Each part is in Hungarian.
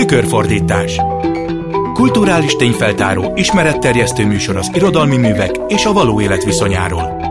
Tükörfordítás. Kulturális tényfeltáró, ismeretterjesztő műsor az irodalmi művek és a való élet viszonyáról.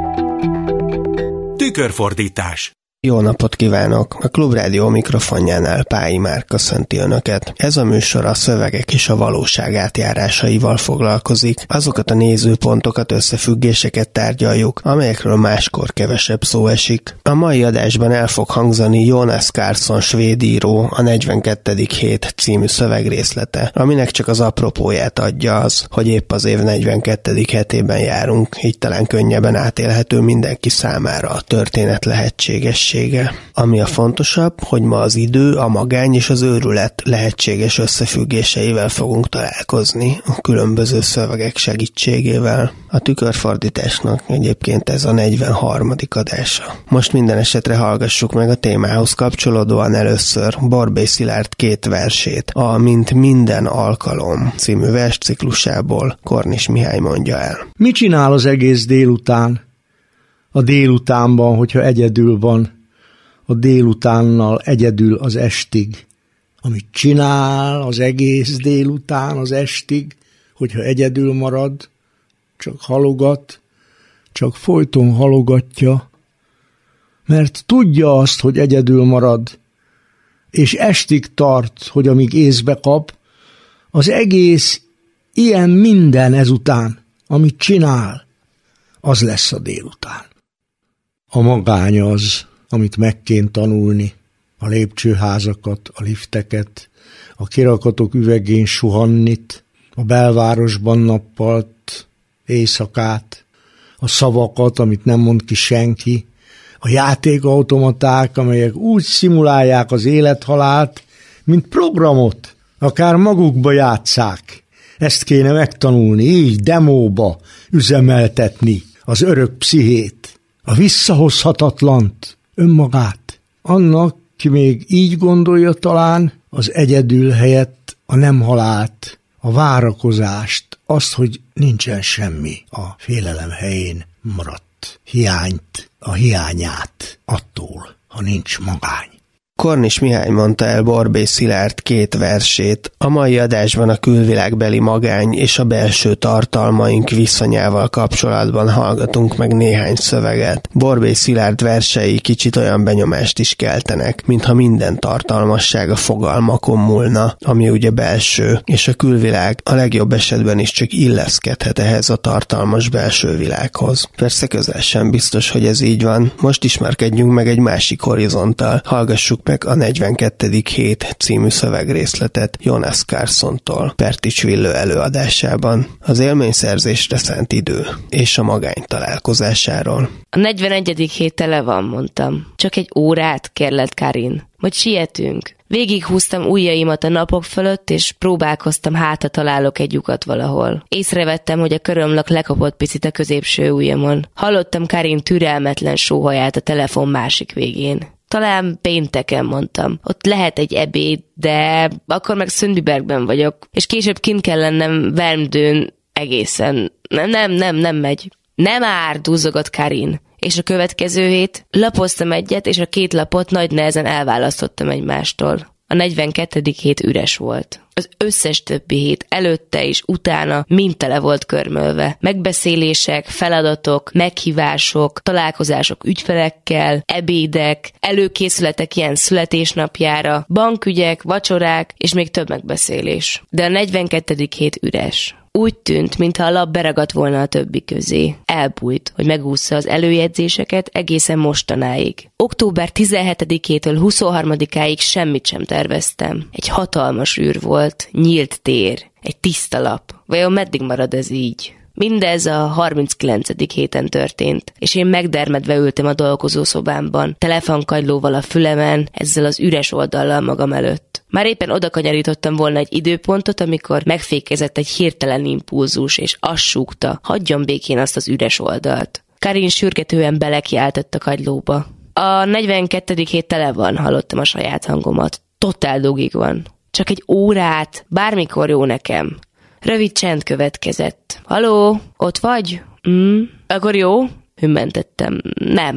Tükörfordítás. Jó napot kívánok! A Klubrádió mikrofonjánál Pályi Márk köszönti Önöket. Ez a műsor a szövegek és a valóság átjárásaival foglalkozik. Azokat a nézőpontokat, összefüggéseket tárgyaljuk, amelyekről máskor kevesebb szó esik. A mai adásban el fog hangzani Jonas Carlsson svéd író a 42. hét című szövegrészlete, aminek csak az apropóját adja az, hogy épp az év 42. hetében járunk, így talán könnyebben átélhető mindenki számára a történet lehetséges. Ami a fontosabb, hogy ma az idő, a magány és az őrület lehetséges összefüggéseivel fogunk találkozni a különböző szövegek segítségével. A tükörfordításnak egyébként ez a 43. adása. Most minden esetre hallgassuk meg a témához kapcsolódóan először Borbély Szilárd 2 versét, a Mint minden alkalom című versciklusából. Kornis Mihály mondja el. Mit csinál az egész délután? A délutánban, hogyha egyedül van, a délutánnal egyedül az estig. Amit csinál az egész délután az estig, hogyha egyedül marad, csak halogat, csak folyton halogatja, mert tudja azt, hogy egyedül marad, és estig tart, hogy amíg észbe kap, az egész ilyen minden ezután, amit csinál, az lesz a délután. A magány az, amit meg kéne tanulni, a lépcsőházakat, a lifteket, a kirakatok üvegén suhannit, a belvárosban nappalt, éjszakát, a szavakat, amit nem mond ki senki, a játékautomaták, amelyek úgy szimulálják az élethalált, mint programot, akár magukba játsszák. Ezt kéne megtanulni, így demóba üzemeltetni az örök pszichét, a visszahozhatatlant, önmagát. Annak, ki még így gondolja talán, az egyedül helyett a nem halált, a várakozást, azt, hogy nincsen semmi a félelem helyén maradt hiányt, a hiányát attól, ha nincs magány. Kornis Mihály mondta el Borbély Szilárd 2 versét. A mai adásban a külvilágbeli magány és a belső tartalmaink viszonyával kapcsolatban hallgatunk meg néhány szöveget. Borbély Szilárd versei kicsit olyan benyomást is keltenek, mintha minden tartalmasság a fogalmakon múlna, ami ugye belső, és a külvilág a legjobb esetben is csak illeszkedhet ehhez a tartalmas belső világhoz. Persze közel sem biztos, hogy ez így van. Most ismerkedjünk meg egy másik horizonttal. Hallgassuk meg a 42. hét című szövegrészletet Jonas Carlssontól Pertics Villő előadásában. Az élményszerzésre szánt idő és a magány találkozásáról. A 41. hét tele van, mondtam. Csak egy órát, kérlelt Karin. Majd sietünk. Végighúztam ujjaimat a napok fölött, és próbálkoztam, hátra találok egy lyukat valahol. Észrevettem, hogy a körömlak lekapott picit a középső ujjamon. Hallottam Karin türelmetlen sóhaját a telefon másik végén. Talán pénteken, mondtam. Ott lehet egy ebéd, de akkor meg Sundbybergben vagyok, és később kint kell lennem Värmdön egészen. Nem megy. Nem ár, duzzogott Karin. És a következő hét? Lapoztam egyet, és a 2 lapot nagy nehezen elválasztottam egymástól. A 42. hét üres volt. Az összes többi hét előtte és utána mind tele volt körmölve. Megbeszélések, feladatok, meghívások, találkozások ügyfelekkel, ebédek, előkészületek ilyen születésnapjára, bankügyek, vacsorák és még több megbeszélés. De a 42. hét üres. Úgy tűnt, mintha a lap beragadt volna a többi közé. Elbújt, hogy megúszza az előjegyzéseket egészen mostanáig. Október 17-től 23-áig semmit sem terveztem. Egy hatalmas űr volt, nyílt tér, egy tiszta lap. Vajon meddig marad ez így? Mindez a 39. héten történt, és én megdermedve ültem a dolgozószobámban, telefonkagylóval a fülemen, ezzel az üres oldallal magam előtt. Már éppen oda kanyarítottam volna egy időpontot, amikor megfékezett egy hirtelen impulzus, és azt súgta, hagyjon békén azt az üres oldalt. Karin sürgetően belekiáltott a kagylóba. A 42. hét tele van, hallottam a saját hangomat. Totál dugig van. Csak egy órát, bármikor jó nekem. Rövid csend következett. Haló, ott vagy? Akkor jó? Hümmentettem. Nem.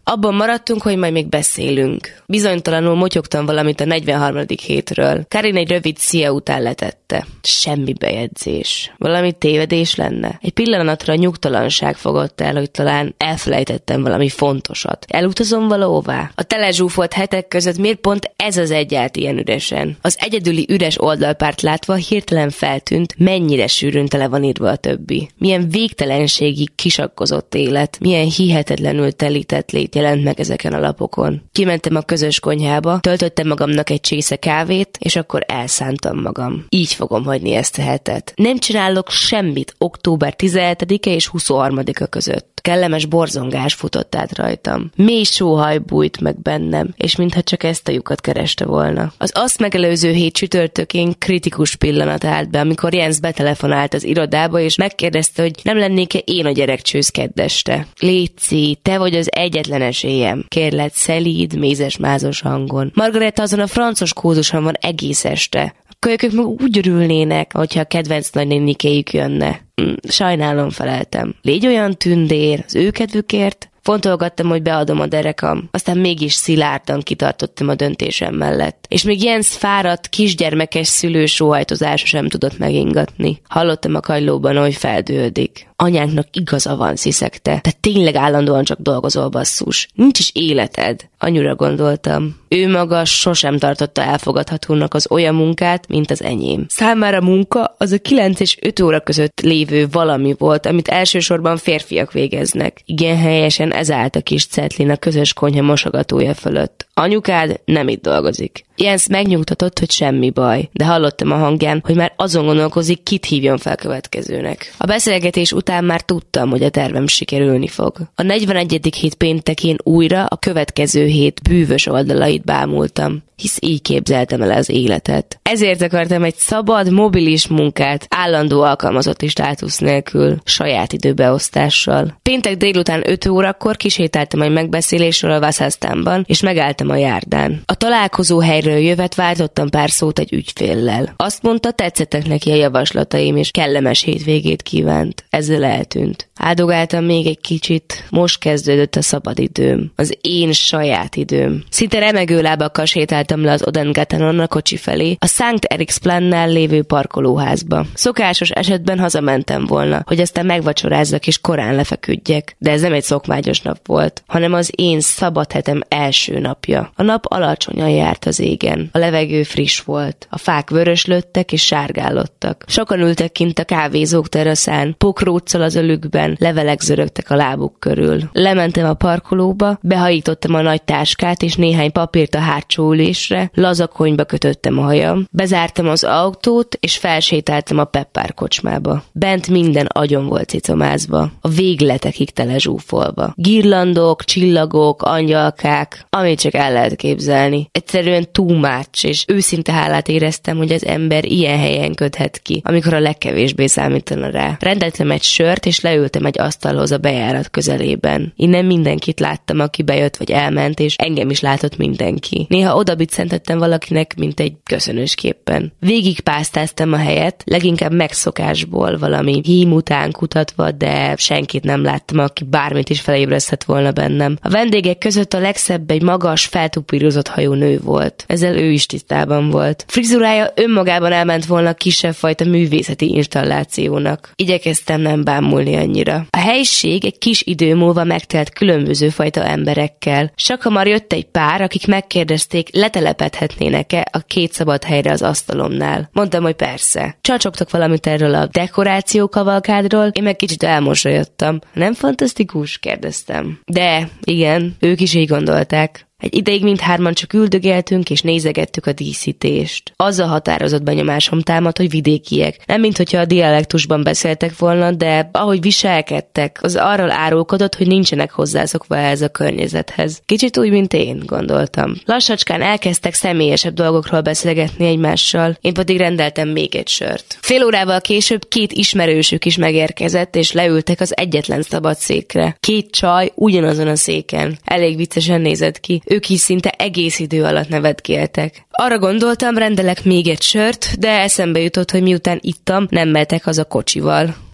Abban maradtunk, hogy majd még beszélünk. Bizonytalanul motyogtam valamit a 43. hétről. Karin egy rövid szia után letette. Semmi bejegyzés. Valami tévedés lenne. Egy pillanatra nyugtalanság fogott el, hogy talán elfelejtettem valami fontosat. Elutazom valahová? A telezsúfolt hetek között miért pont ez az egyált ilyen üresen? Az egyedüli üres oldalpárt látva hirtelen feltűnt, mennyire sűrűn tele van írva a többi. Milyen végtelenségig kisakkozott élet, milyen hihetetlenül telített lét jelent meg ezeken a lapokon. Kimentem a közös konyhába, töltöttem magamnak egy csésze kávét, és akkor elszántam magam. Így fogom hagyni ezt a hetet. Nem csinálok semmit október 17-e és 23-a között. Kellemes borzongás futott át rajtam. Mély sóhaj bújt meg bennem, és mintha csak ezt a lyukat kereste volna. Az azt megelőző hét csütörtökén kritikus pillanat állt be, amikor Jens betelefonált az irodába, és megkérdezte, hogy nem lennék-e én a gyerekcsősz keddeste. Léci, te vagy az egyetlen esélyem. Kérlek szelíd, mézes-mázos hangon. Margareta azon a francos kózuson van egész este. A kölykök meg úgy örülnének, hogyha a kedvenc nagynénikéjük jönne. Sajnálom, feleltem. Légy olyan tündér, az ő kedvükért. Fontolgattam, hogy beadom a derekam, aztán mégis szilárdan kitartottam a döntésem mellett. És még Jens fáradt, kisgyermekes szülő sóhajtozása sem tudott megingatni. Hallottam a kagylóban, hogy feldőldik. Anyánknak igaza van, sziszegte. Te tényleg állandóan csak dolgozol, basszus. Nincs is életed. Anyura gondoltam. Ő maga sosem tartotta elfogadhatónak az olyan munkát, mint az enyém. Számára munka az a 9 és 5 óra között lévő valami volt, amit elsősorban férfiak végeznek. Igen helyesen ez állt a kis cetlin a közös konyha mosogatója fölött. Anyukád nem itt dolgozik. Jens megnyugtatott, hogy semmi baj, de hallottam a hangján, hogy már azon gondolkozik, kit hívjon fel következőnek. A beszélgetés után már tudtam, hogy a tervem sikerülni fog. A 41. hét péntekén újra a következő hét bűvös oldalait bámultam, hisz így képzeltem el az életet. Ezért akartam egy szabad, mobilis munkát, állandó alkalmazotti státusz nélkül, saját időbeosztással. Péntek délután 5 órakor kisétáltam egy megbeszélésről a Vassasztánban, és megálltam a járdán. A találkozó helyről jövet váltottam pár szót egy ügyféllel. Azt mondta, tetszettek neki a javaslataim, és kellemes hétvégét kívánt. Ezzel eltűnt. Áldogáltam még egy kicsit, most kezdődött a szabadidőm. Az én saját időm. Szinte remegő lábakkal sétáltam le az Odengatanon a kocsi felé, a Sankt Eriksplánnál lévő parkolóházba. Szokásos esetben hazamentem volna, hogy aztán megvacsorázzak és korán lefeküdjek. De ez nem egy szokványos nap volt, hanem az én szabad hetem első napja. A nap alacsonyan járt az égen. A levegő friss volt. A fák vöröslöttek és sárgálottak. Sokan ültek kint a kávézók teraszán, pokróccal az ölükben, levelek zörögtek a lábuk körül. Lementem a parkolóba, behajítottam a nagy táskát és néhány papírt a hátsó ülésre, lazakonyba kötöttem a hajam, bezártam az autót és felsétáltam a Peppár kocsmába. Bent minden agyon volt cicomázva, a végletekig telezsúfolva. Girlandok, csillagok, angyalkák, amit csak el lehet képzelni. Egyszerűen too much, és őszinte hálát éreztem, hogy az ember ilyen helyen köthet ki, amikor a legkevésbé számítana rá. Rendeltem egy sört, és leültem egy asztalhoz a bejárat közelében. Innen mindenkit láttam, aki bejött vagy elment, és engem is látott mindenki. Néha odabiccentettem valakinek, mint egy köszönősképpen. Végig pásztáztam a helyet, leginkább megszokásból, valami hím után kutatva, de senkit nem láttam, aki bármit is felébresztett volna bennem. A vendégek között a legszebb egy magas, feltupírozott hajú nő volt. Ezzel ő is tisztában volt. Frizurája önmagában elment volna kisebb fajta művészeti installációnak. Igyekeztem nem bámulni annyira. A helység egy kis idő múlva megtelt különböző fajta emberekkel. Sakhamar jött egy pár, akik megkérdezték, letelepedhetnének-e a 2 szabad helyre az asztalomnál. Mondtam, hogy persze. Csacsogtak valamit erről a dekoráció kavalkádról, én meg kicsit elmosolyodtam. Nem fantasztikus? Kérdeztem. De, igen, ők is így gondolták. Egy ideig mindhárman csak üldögéltünk és nézegettük a díszítést. Az a határozott benyomásom támad, hogy vidékiek. Nem minthogyha a dialektusban beszéltek volna, de ahogy viselkedtek, az arról árulkodott, hogy nincsenek hozzászokva ehhez a környezethez. Kicsit úgy, mint én, gondoltam. Lassacskán elkezdtek személyesebb dolgokról beszélgetni egymással, én pedig rendeltem még egy sört. Fél órával később 2 ismerősük is megérkezett, és leültek az egyetlen szabad székre. 2 csaj ugyanazon a széken. Elég viccesen nézett ki. Ők is szinte egész idő alatt nevetgéltek. Arra gondoltam, rendelek még egy sört, de eszembe jutott, hogy miután ittam, nem mehetek haza kocsival.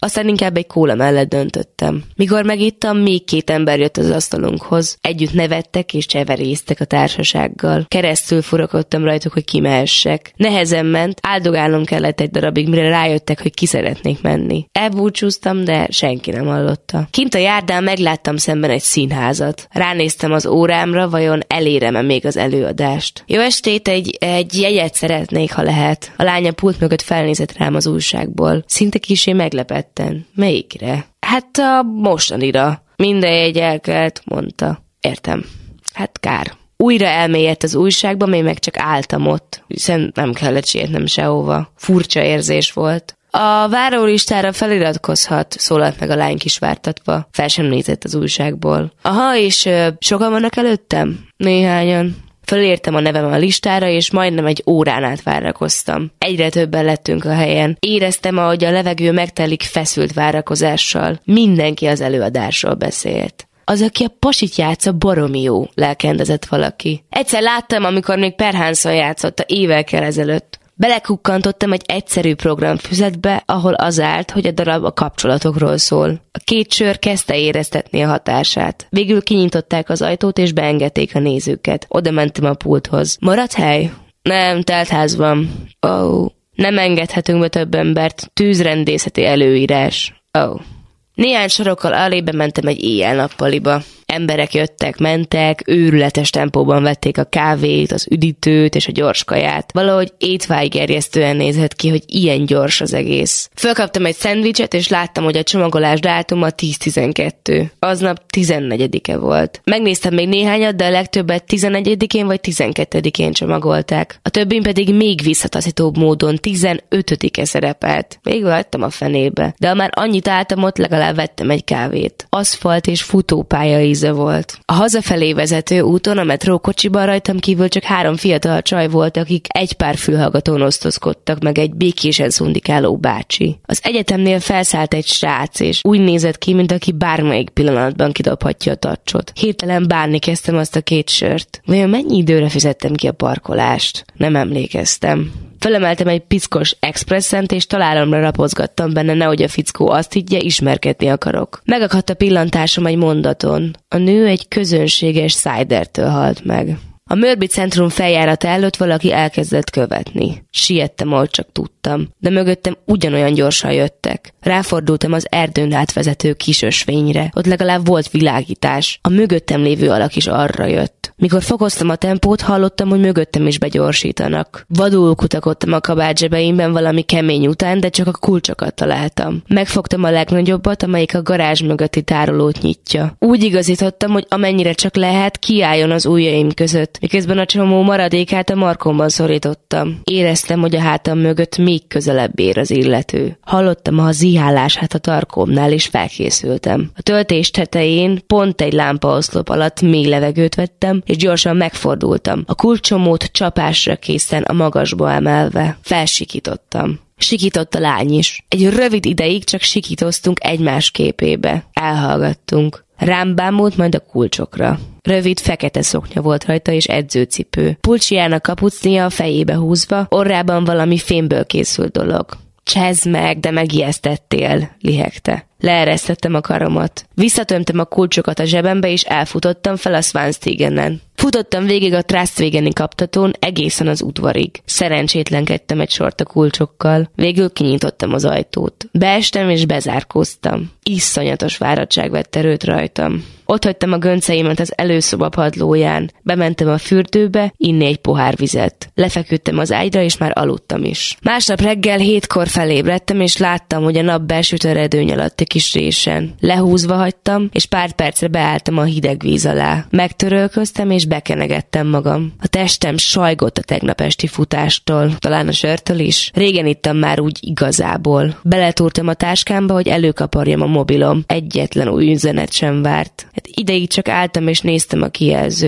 Aztán inkább egy kóla mellett döntöttem. Mikor megittam, még 2 ember jött az asztalunkhoz. Együtt nevettek és cseverésztek a társasággal. Keresztül furakodtam rajtuk, hogy kimehessek. Nehezen ment, áldogálnom kellett egy darabig, mire rájöttek, hogy ki szeretnék menni. Elbúcsúztam, de senki nem hallotta. Kint a járdán megláttam szemben egy színházat. Ránéztem az órámra, vajon elérem-e még az előadást. Jó estét, egy jegyet szeretnék, ha lehet. A lánya pult mögött felnézett rám az újságból. Szinte kissé meglepetten. Melyikre? Hát a mostanira. Minden jegy elkelt, mondta. Értem. Hát kár. Újra elmélyedt az újságba, még meg csak álltam ott, hiszen nem kellett sietnem sehova. Furcsa érzés volt. A várólistára feliratkozhat, szólalt meg a lány kisvártatva. Fel sem nézett az újságból. Aha, és sokan vannak előttem? Néhányan. Fölértem a nevem a listára, és majdnem egy órán át várakoztam. Egyre többen lettünk a helyen. Éreztem, ahogy a levegő megtelik feszült várakozással. Mindenki az előadásról beszélt. Az, aki a pasit játsza, baromi jó, lelkendezett valaki. Egyszer láttam, amikor még Per Hanson játszotta évekkel ezelőtt. Belekukkantottam egy egyszerű programfüzetbe, ahol az állt, hogy a darab a kapcsolatokról szól. A 2 sör kezdte éreztetni a hatását. Végül kinyitották az ajtót, és beengedték a nézőket. Oda mentem a pulthoz. Maradt hely? Nem, telt ház van. Nem engedhetünk be több embert. Tűzrendészeti előírás. Néhány sorokkal alébe mentem egy éjjel-nappaliba. Emberek jöttek, mentek, őrületes tempóban vették a kávét, az üdítőt és a gyors kaját. Valahogy étvágygerjesztően nézett ki, hogy ilyen gyors az egész. Fölkaptam egy szendvicset, és láttam, hogy a csomagolás dátuma 10-12. Aznap 14-e volt. Megnéztem még néhányat, de a legtöbbet 11-én vagy 12-én csomagolták. A többin pedig még visszataszítóbb módon 15-e szerepelt. Végül hagytam a fenébe. De ha már annyit álltam ott, legalább vettem egy kávét. Aszfalt és futópálya íze volt. A hazafelé vezető úton, a metrókocsiban rajtam kívül csak 3 fiatal csaj volt, akik egy pár fülhallgatón osztozkodtak, meg egy békésen szundikáló bácsi. Az egyetemnél felszállt egy srác, és úgy nézett ki, mint aki bármelyik pillanatban kidobhatja a tacsot. Hirtelen bánni kezdtem azt a 2 sört. Vajon mennyi időre fizettem ki a parkolást? Nem emlékeztem. Felemeltem egy piszkos expresszent, és találomra rapozgattam benne, nehogy a fickó azt higgye, ismerkedni akarok. Megakadt a pillantásom egy mondaton. A nő egy közönséges szájdertől halt meg. A Mörbi centrum feljárata előtt valaki elkezdett követni. Siettem, ahogy csak tudtam, de mögöttem ugyanolyan gyorsan jöttek. Ráfordultam az erdőn átvezető kis ösvényre. Ott legalább volt világítás. A mögöttem lévő alak is arra jött. Mikor fokoztam a tempót, hallottam, hogy mögöttem is begyorsítanak. Vadul kutakodtam a kabátzsebeimben valami kemény után, de csak a kulcsokat találtam. Megfogtam a legnagyobbat, amelyik a garázs mögötti tárolót nyitja. Úgy igazítottam, hogy amennyire csak lehet, kiálljon az ujjaim között, miközben a csomó maradékát a markomban szorítottam. Éreztem, hogy a hátam mögött még közelebb ér az illető. Hallottam a zihálását a tarkómnál, és felkészültem. A töltés tetején pont egy lámpaoszlop alatt mély levegőt vettem, és gyorsan megfordultam, a kulcsomót csapásra készen a magasba emelve. Felsikítottam. Sikított a lány is. Egy rövid ideig csak sikítoztunk egymás képébe. Elhallgattunk. Rám bámult, majd a kulcsokra. Rövid, fekete szoknya volt rajta, és edzőcipő. Pulcsiának kapucnia a fejébe húzva, orrában valami fémből készült dolog. Csezd meg, de megijesztettél, lihegte. Leeresztettem a karomat. Visszatömtem a kulcsokat a zsebembe, és elfutottam fel a Swansteigenen. Futottam végig a Trastvegeni kaptatón egészen az udvarig. Szerencsétlenkedtem egy sort a kulcsokkal. Végül kinyitottam az ajtót. Beestem és bezárkóztam. Iszonyatos fáradtság vett erőt rajtam. Ott hagytam a gönceimet az előszoba padlóján. Bementem a fürdőbe, inni egy pohár vizet. Lefeküdtem az ágyra, és már aludtam is. Másnap reggel 7-kor felébredtem, és láttam, hogy a nap besüt a redőny alatt egy kis résen. Lehúzva hagytam, és pár percre beálltam a hideg víz alá. Megtörölköztem, és bekenegettem magam. A testem sajgott a tegnap esti futástól, talán a sörtől is. Régen ittam már úgy igazából. Beletúrtam a táskámba, hogy előkaparjam a mobilom. Egyetlen új üzenet sem várt. Ideig csak álltam és néztem a kijelzőt.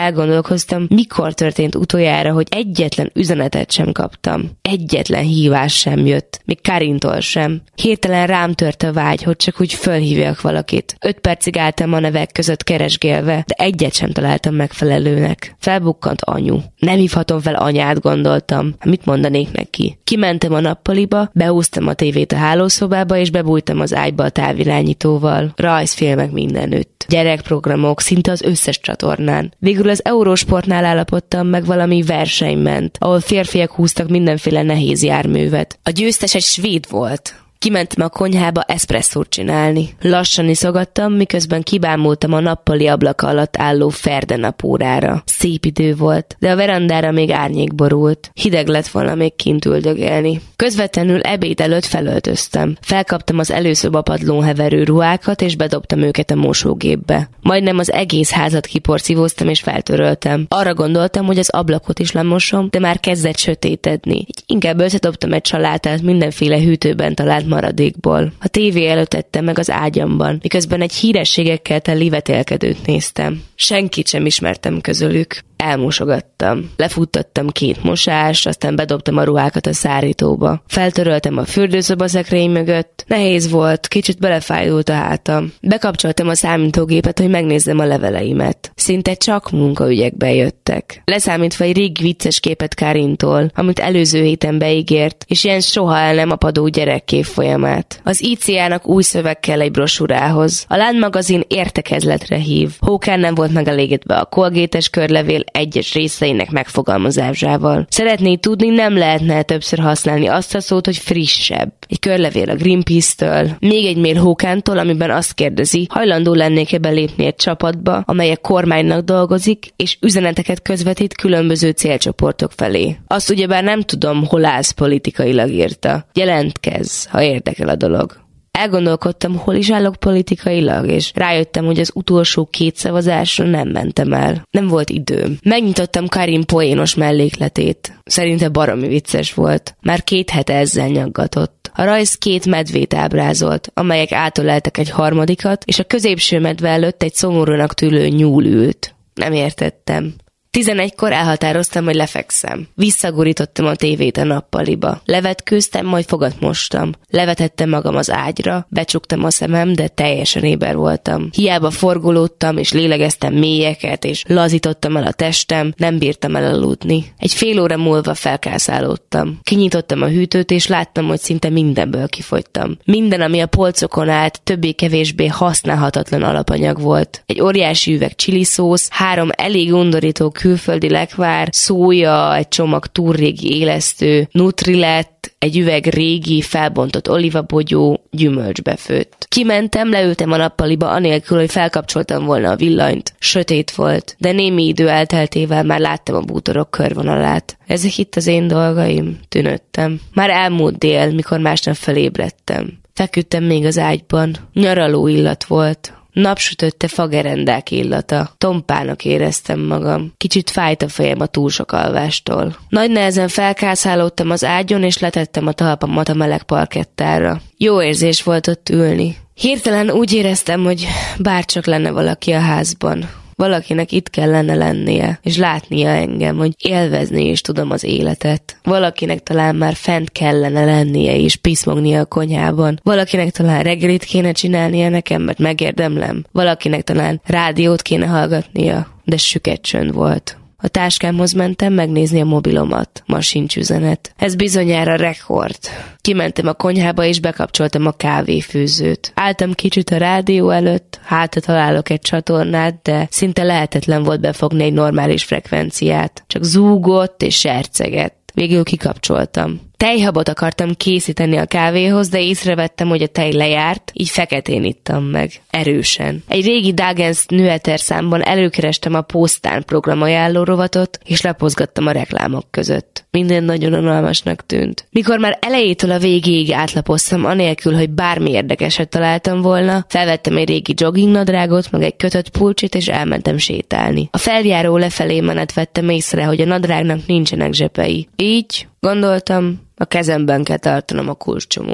elgondolkoztam, mikor történt utoljára, hogy egyetlen üzenetet sem kaptam. Egyetlen hívás sem jött, még Karintól sem. Hirtelen rám tört a vágy, hogy csak úgy fölhívjak valakit. 5 percig álltam a nevek között keresgélve, de egyet sem találtam megfelelőnek. Felbukkant anyu. Nem hívhatom fel anyát, gondoltam. Mit mondanék neki? Kimentem a nappaliba, behúztam a tévét a hálószobába, és bebújtam az ágyba a távirányítóval. Rajzfilmek mindenütt. Gyerekprogramok, szinte az összes csatornán. Végül az Eurosportnál állapodtam meg, valami verseny ment, ahol férfiak húztak mindenféle nehéz járművet. A győztes egy svéd volt. Kimentem a konyhába eszpresszót csinálni. Lassan iszogattam, miközben kibámultam a nappali ablaka alatt álló ferde napórára. Szép idő volt, de a verandára még árnyék borult. Hideg lett volna még kint üldögélni. Közvetlenül ebéd előtt felöltöztem. Felkaptam az előszobapadlón heverő ruhákat, és bedobtam őket a mosógépbe. Majdnem az egész házat kiporcivóztam és feltöröltem. Arra gondoltam, hogy az ablakot is lemosom, de már kezdett sötétedni. Inkább összedobtam egy salátát mindenféle hűtőben talált maradékból. A tévé előtt tettem meg az ágyamban, miközben egy hírességekkel teli vetélkedőt néztem. Senkit sem ismertem közülük. Elmosogattam. Lefuttattam 2 mosást, aztán bedobtam a ruhákat a szárítóba. Feltöröltem a fürdőszobaszekrény mögött. Nehéz volt, kicsit belefájdult a hátam. Bekapcsoltam a számítógépet, hogy megnézzem a leveleimet. Szinte csak munkaügyekbe jöttek. Leszámítva egy régi vicces képet Karintól, amit előző héten beígért, és ilyen soha el nem apadó gyerekkép folyamát. Az ICA-nak új szöveg kell egy brosúrához. A Land magazin értekezletre hív. Hókán nem volt megelégedve a Colgate-es körlevél egyes részeinek megfogalmazásával. Szeretné tudni, nem lehetne többször használni azt a szót, hogy frissebb. Egy körlevél a Greenpeace-től, még egy mail Hókántól, amiben azt kérdezi, hajlandó lennék-e belépni egy csapatba, amely a kormánynak dolgozik, és üzeneteket közvetít különböző célcsoportok felé. Azt ugyebár nem tudom, hol állsz politikailag, írta. Jelentkezz, ha érdekel a dolog. Elgondolkodtam, hol is állok politikailag, és rájöttem, hogy az utolsó 2 szavazásra nem mentem el. Nem volt időm. Megnyitottam Karin poénos mellékletét. Szerinte baromi vicces volt. Már 2 hete ezzel nyaggatott. A rajz 2 medvét ábrázolt, amelyek átöleltek egy harmadikat, és a középső medve előtt egy szomorúnak tűlő nyúl ült. Nem értettem. 11-kor elhatároztam, hogy lefekszem. Visszagurítottam a tévét a nappaliba. Levetkőztem, majd fogat mostam. Levetettem magam az ágyra, becsuktam a szemem, de teljesen éber voltam. Hiába forgolódtam, és lélegeztem mélyeket, és lazítottam el a testem, nem bírtam el aludni. Egy fél óra múlva felkászálódtam. Kinyitottam a hűtőt, és láttam, hogy szinte mindenből kifogytam. Minden, ami a polcokon állt, többé-kevésbé használhatatlan alapanyag volt. Egy óriási üveg chiliszósz, 3 elég undorító külföldi lekvár, szója, egy csomag túlrégi élesztő, Nutrilett, egy üveg régi, felbontott olivabogyó, gyümölcsbe főtt. Kimentem, leültem a nappaliba anélkül, hogy felkapcsoltam volna a villanyt. Sötét volt, de némi idő elteltével már láttam a bútorok körvonalát. Ezek itt az én dolgaim, tűnődtem. Már elmúlt dél, mikor másnap felébredtem. Feküdtem még az ágyban. Nyaraló illat volt. Napsütötte fagerendák illata. Tompának éreztem magam. Kicsit fájt a fejem a túl sok alvástól. Nagy nehezen felkászálódtam az ágyon, és letettem a talpamat a meleg parkettára. Jó érzés volt ott ülni. Hirtelen úgy éreztem, hogy bárcsak lenne valaki a házban. Valakinek itt kellene lennie, és látnia engem, hogy élvezni is tudom az életet. Valakinek talán már fent kellene lennie, és piszmognia a konyhában. Valakinek talán reggelit kéne csinálnia nekem, mert megérdemlem. Valakinek talán rádiót kéne hallgatnia, de süket csönd volt. A táskámhoz mentem megnézni a mobilomat. Ma sincs üzenet. Ez bizonyára rekord. Kimentem a konyhába és bekapcsoltam a kávéfőzőt. Álltam kicsit a rádió előtt, hátra találok egy csatornát, de szinte lehetetlen volt befogni egy normális frekvenciát. Csak zúgott és sercegett. Végül kikapcsoltam. Tejhabot akartam készíteni a kávéhoz, de észrevettem, hogy a tej lejárt, így feketén ittam meg. Erősen. Egy régi Dagens Nyheter számban előkerestem a Postán programajánló rovatot, és lapozgattam a reklámok között. Minden nagyon unalmasnak tűnt. Mikor már elejétől a végéig átlapoztam, anélkül, hogy bármi érdekeset találtam volna, felvettem egy régi joggingnadrágot, meg egy kötött pulcsit, és elmentem sétálni. A feljáró lefelé menet vettem észre, hogy a nadrágnak nincsenek zsepei. Így, gondoltam, a kezemben kell tartanom a kulcscsomót.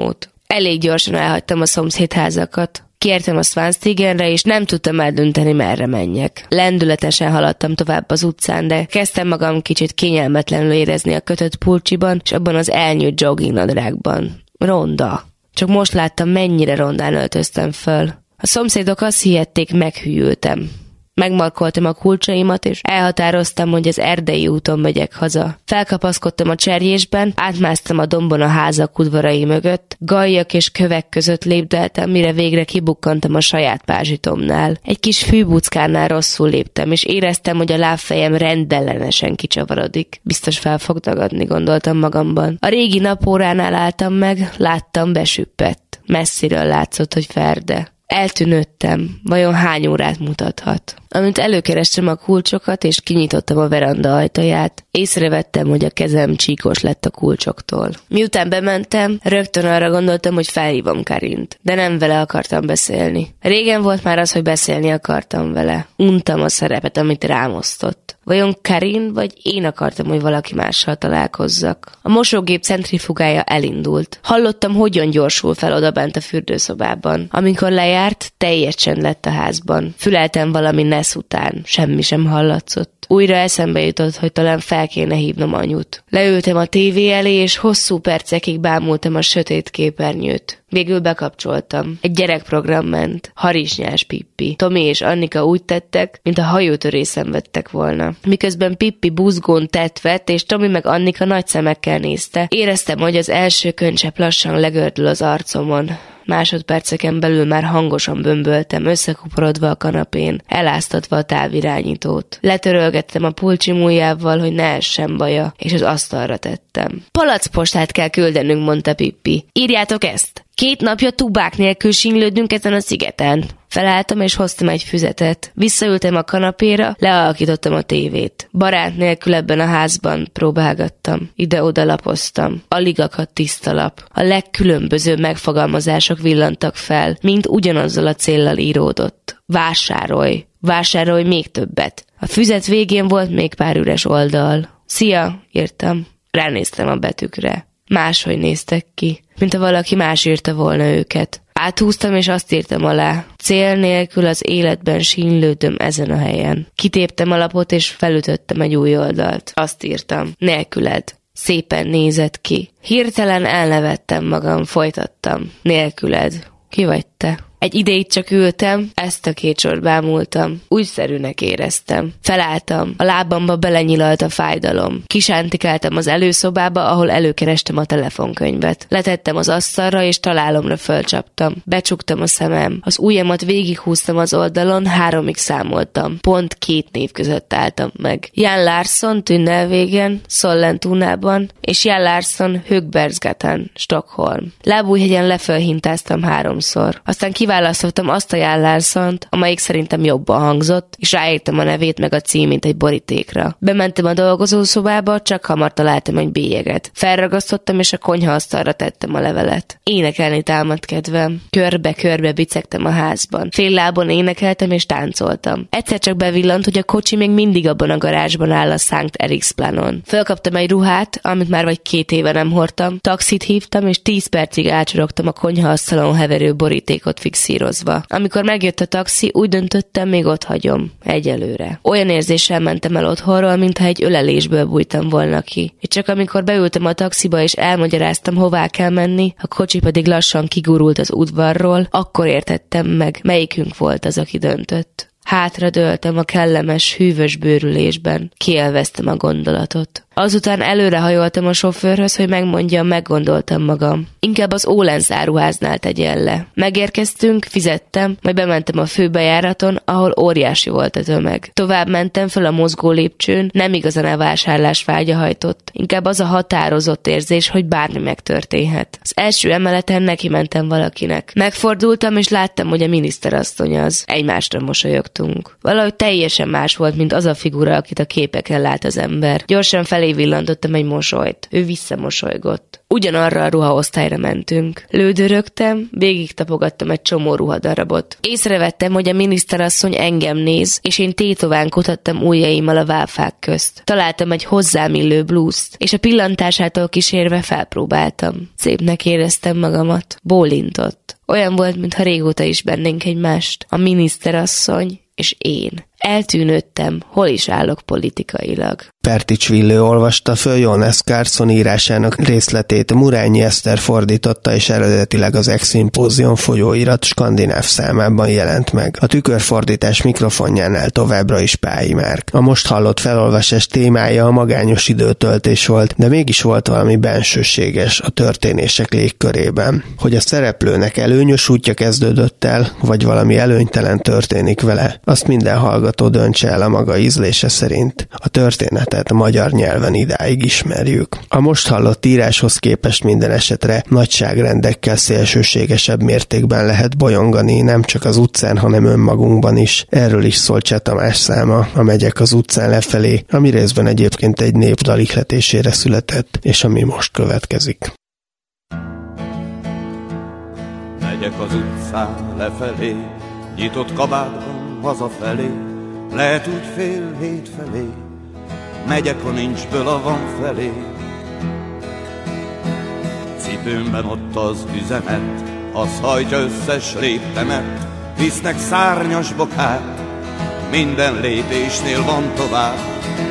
Elég gyorsan elhagytam a szomszédházakat. Kértem a Swanstegenre, és nem tudtam eldönteni, merre menjek. Lendületesen haladtam tovább az utcán, de kezdtem magam kicsit kényelmetlenül érezni a kötött pulcsiban, és abban az elnyújt jogging-nadrágban. Ronda. Csak most láttam, mennyire rondán öltöztem föl. A szomszédok azt hihették, meghűltem. Megmarkoltam a kulcsaimat, és elhatároztam, hogy az Erdei úton megyek haza. Felkapaszkodtam a cserjésben, átmásztam a dombon a házak udvarai mögött, gallyak és kövek között lépdeltem, mire végre kibukkantam a saját pázsitomnál. Egy kis fűbuckánál rosszul léptem, és éreztem, hogy a lábfejem rendellenesen kicsavarodik. Biztos fel fog dagadni, gondoltam magamban. A régi napóránál álltam meg, láttam, besüppett. Messziről látszott, hogy ferde. Eltűnődtem, vajon hány órát mutathat? Amint előkerestem a kulcsokat, és kinyitottam a veranda ajtaját, észrevettem, hogy a kezem csíkos lett a kulcsoktól. Miután bementem, rögtön arra gondoltam, hogy felhívom Karint, de nem vele akartam beszélni. Régen volt már az, hogy beszélni akartam vele. Untam a szerepet, amit rám osztott. Vajon Karin, vagy én akartam, hogy valaki mással találkozzak? A mosógép centrifugája elindult. Hallottam, hogyan gyorsul fel odabent a fürdőszobában. Amikor lejárt, teljes csend lett a házban. Füleltem valami nesz után, semmi sem hallatszott. Újra eszembe jutott, hogy talán fel kéne hívnom anyut. Leültem a tévé elé, és hosszú percekig bámultam a sötét képernyőt. Végül bekapcsoltam. Egy gyerekprogram ment. Harisnyás Pippi. Tomi és Annika úgy tettek, mint a hajótörés szenvedtek volna. Miközben Pippi buzgón tett vett, és Tomi meg Annika nagy szemekkel nézte, éreztem, hogy az első könycsepp lassan legördül az arcomon. Másodperceken belül már hangosan bömböltem, összekuporodva a kanapén, eláztatva a távirányítót. Letörölgettem a pulcsimújjával, hogy ne essen baja, és az asztalra tettem. Palackpostát kell küldenünk, mondta Pippi. Írjátok ezt! 2 napja tubák nélkül sínylődünk ezen a szigeten. Felálltam és hoztam egy füzetet. Visszaültem a kanapéra, lealakítottam a tévét. Barát nélkül ebben a házban próbálgattam. Ide-oda lapoztam. Alig akadt tiszta lap. A legkülönbözőbb megfogalmazások villantak fel, mind ugyanazzal a céllal íródott. Vásárolj! Vásárolj még többet! A füzet végén volt még pár üres oldal. Szia! Írtam. Ránéztem a betűkre. Máshogy néztek ki, mint ha valaki más írta volna őket. Áthúztam, és azt írtam alá. Cél nélkül az életben sínylődöm ezen a helyen. Kitéptem a lapot, és felütöttem egy új oldalt. Azt írtam. Nélküled. Szépen nézett ki. Hirtelen elnevettem magam, folytattam. Nélküled. Ki vagy te? Egy ideig csak ültem, ezt a 2 sort bámultam. Újszerűnek éreztem. Felálltam, a lábamba belenyilalt a fájdalom. Kisántikáltam az előszobába, ahol előkerestem a telefonkönyvet. Letettem az asztalra, és találomra fölcsaptam. Becsuktam a szemem. Az ujjamat végighúztam az oldalon, 3-ig számoltam. Pont 2 név között álltam meg. Jan Larsson, Tünnelvégen, Sollentunában, és Jan Larsson, Högbergsgatan, Stockholm. Lábújhegyen lefölhintáztam 3-szor. Aztán kiválasztottam azt a Jan Larssont, amelyik szerintem jobban hangzott, és ráírtam a nevét meg a címét egy borítékra. Bementem a dolgozószobába, csak hamar találtam egy bélyeget. Felragasztottam, és a konyhaasztalra tettem a levelet. Énekelni támadt kedvem. Körbe-körbe bicegtem a házban. Fél lábon énekeltem és táncoltam. Egyszer csak bevillant, hogy a kocsi még mindig abban a garázsban áll a Sankt Eriksplanon. Fölkaptam egy ruhát, amit már vagy 2 éve nem hordtam, taxit hívtam, és 10 percig átsorogtam a konyhaasztalon heverő borítékot fixírozva. Amikor megjött a taxi, úgy döntöttem, még ott hagyom. Egyelőre. Olyan érzéssel mentem el otthonról, mintha egy ölelésből bújtam volna ki. És csak amikor beültem a taxiba és elmagyaráztam, hová kell menni, a kocsi pedig lassan kigurult az udvarról, akkor értettem meg, melyikünk volt az, aki döntött. Hátradőltem a kellemes, hűvös bőrülésben. Kielveztem a gondolatot. Azután előrehajoltam a sofőrhöz, hogy megmondjam, meggondoltam magam. Inkább az Ólenz áruháznál tegyen le. Megérkeztünk, fizettem, majd bementem a főbejáraton, ahol óriási volt a tömeg. Tovább mentem fel a mozgó lépcsőn, nem igazán a vásárlás vágya hajtott. Inkább az a határozott érzés, hogy bármi megtörténhet. Az első emeleten neki mentem valakinek. Megfordultam, és láttam, hogy a miniszterasszony az. Egymásra mosolyogtunk. Valahogy teljesen más volt, mint az a figura, akit a képeken lát az ember. Gyorsan felé felé villantottam egy mosolyt. Ő visszamosolygott. Ugyanarra a ruhaosztályra mentünk. Lődörögtem, végig tapogattam egy csomó ruhadarabot. Észrevettem, hogy a miniszterasszony engem néz, és én tétovánkodhattam ujjaimmal a válfák közt. Találtam egy hozzám illő blúzt, és a pillantásától kísérve felpróbáltam. Szépnek éreztem magamat. Bólintott. Olyan volt, mintha régóta ismernénk egymást. A miniszterasszony és én. Eltűnődtem, hol is állok politikailag. Pertics Villő olvasta föl Johannes Carson írásának részletét, Murányi Eszter fordította, és eredetileg az Ex-szimpózium folyóirat skandináv számában jelent meg. A tükörfordítás mikrofonjánál továbbra is Pályi Márk. A most hallott felolvasás témája a magányos időtöltés volt, de mégis volt valami bensőséges a történések légkörében. Hogy a szereplőnek előnyös útja kezdődött el, vagy valami előnytelen történik vele, azt minden hallgató döntse el a maga ízlése szerint. A történetet magyar nyelven idáig ismerjük. A most hallott íráshoz képest minden esetre nagyságrendekkel szélsőségesebb mértékben lehet bolyongani, nem csak az utcán, hanem önmagunkban is. Erről is szól Cseh Tamás száma, a Megyek az utcán lefelé, ami részben egyébként egy népdal ihletésére született, és ami most következik. Megyek az utcán lefelé, nyitott kabátban hazafelé, lehet úgy 6:30 felé, megyek a nincsből a van felé. Cipőmben ott az üzenet, az hajtja összes léptemet, visznek szárnyas bokát, minden lépésnél van tovább.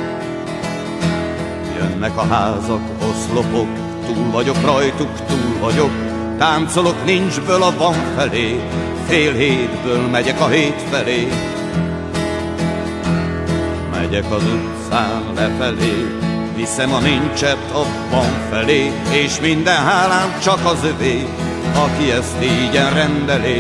Jönnek a házak, oszlopok, túl vagyok rajtuk, túl vagyok, táncolok nincsből a van felé, 6:30 megyek a 7 felé. Megyek az utcán lefelé, viszem a nincset a van felé, és minden hálám csak az övé, aki ezt ígyen rendelé.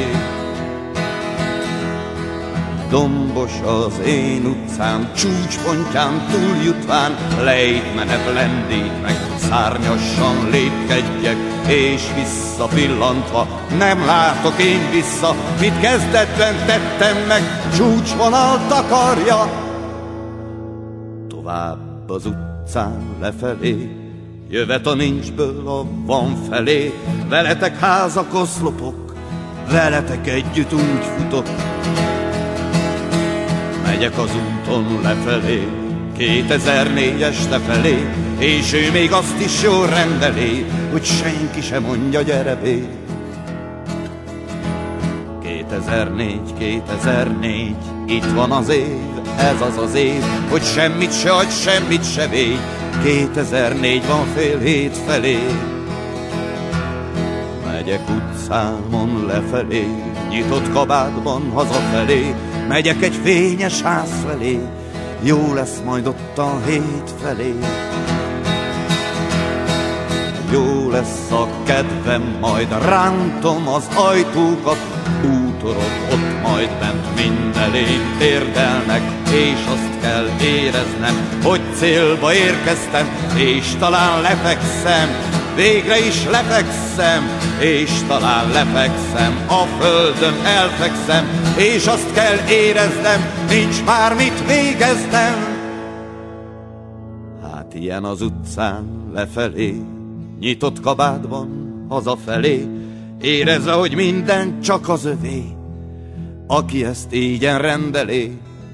Dombos az én utcám, csúcspontján túljutván, lejt menet lendít meg, szárnyasan lépkedjek, és visszapillantva nem látok én vissza, mit kezdetben tettem meg, csúcsvonal takarja. Tovább az utcán lefelé, jövet a nincsből a van felé, veletek házak, oszlopok, veletek együtt úgy futok. Megyek az úton lefelé, 2004 este felé, és ő még azt is jól rendelé, hogy senki sem mondja gyere bé. 2004, itt van az év, ez az az év, hogy semmit se adj, semmit se védj. 2004 van 6:30 felé. Megyek utcámon lefelé, nyitott kabátban hazafelé, megyek egy fényes ház felé, jó lesz majd ott a 7 felé. Jó lesz a kedvem, majd rántom az ajtókat, útorok ott majd bent mindenén térdelnek, és azt kell éreznem, hogy célba érkeztem, és talán lefekszem, végre is lefekszem, és talán lefekszem, a földön elfekszem, és azt kell éreznem, nincs már mit végeznem. Hát ilyen az utcán lefelé, nyitott kabátban hazafelé, érezze, hogy minden csak az övé, aki ezt ígyen rendelé.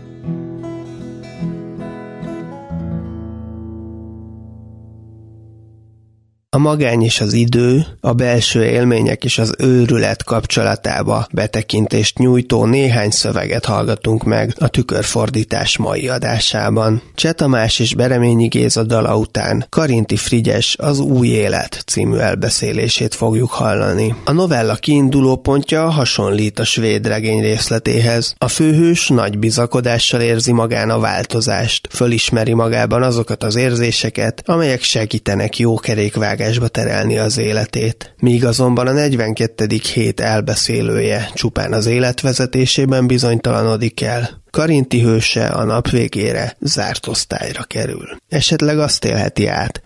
A magány és az idő, a belső élmények és az őrület kapcsolatába betekintést nyújtó néhány szöveget hallgatunk meg a tükörfordítás mai adásában. Cseh Tamás és Bereményi Géza dala után Karinti Frigyes Az új élet című elbeszélését fogjuk hallani. A novella kiinduló pontja hasonlít a svéd regény részletéhez. A főhős nagy bizakodással érzi magán a változást, fölismeri magában azokat az érzéseket, amelyek segítenek jó kerékvágásba terelni az életét. Míg azonban a 42. hét elbeszélője csupán az életvezetésében bizonytalanodik el, Karinti hőse a nap végére zárt osztályra kerül. Esetleg azt élheti át,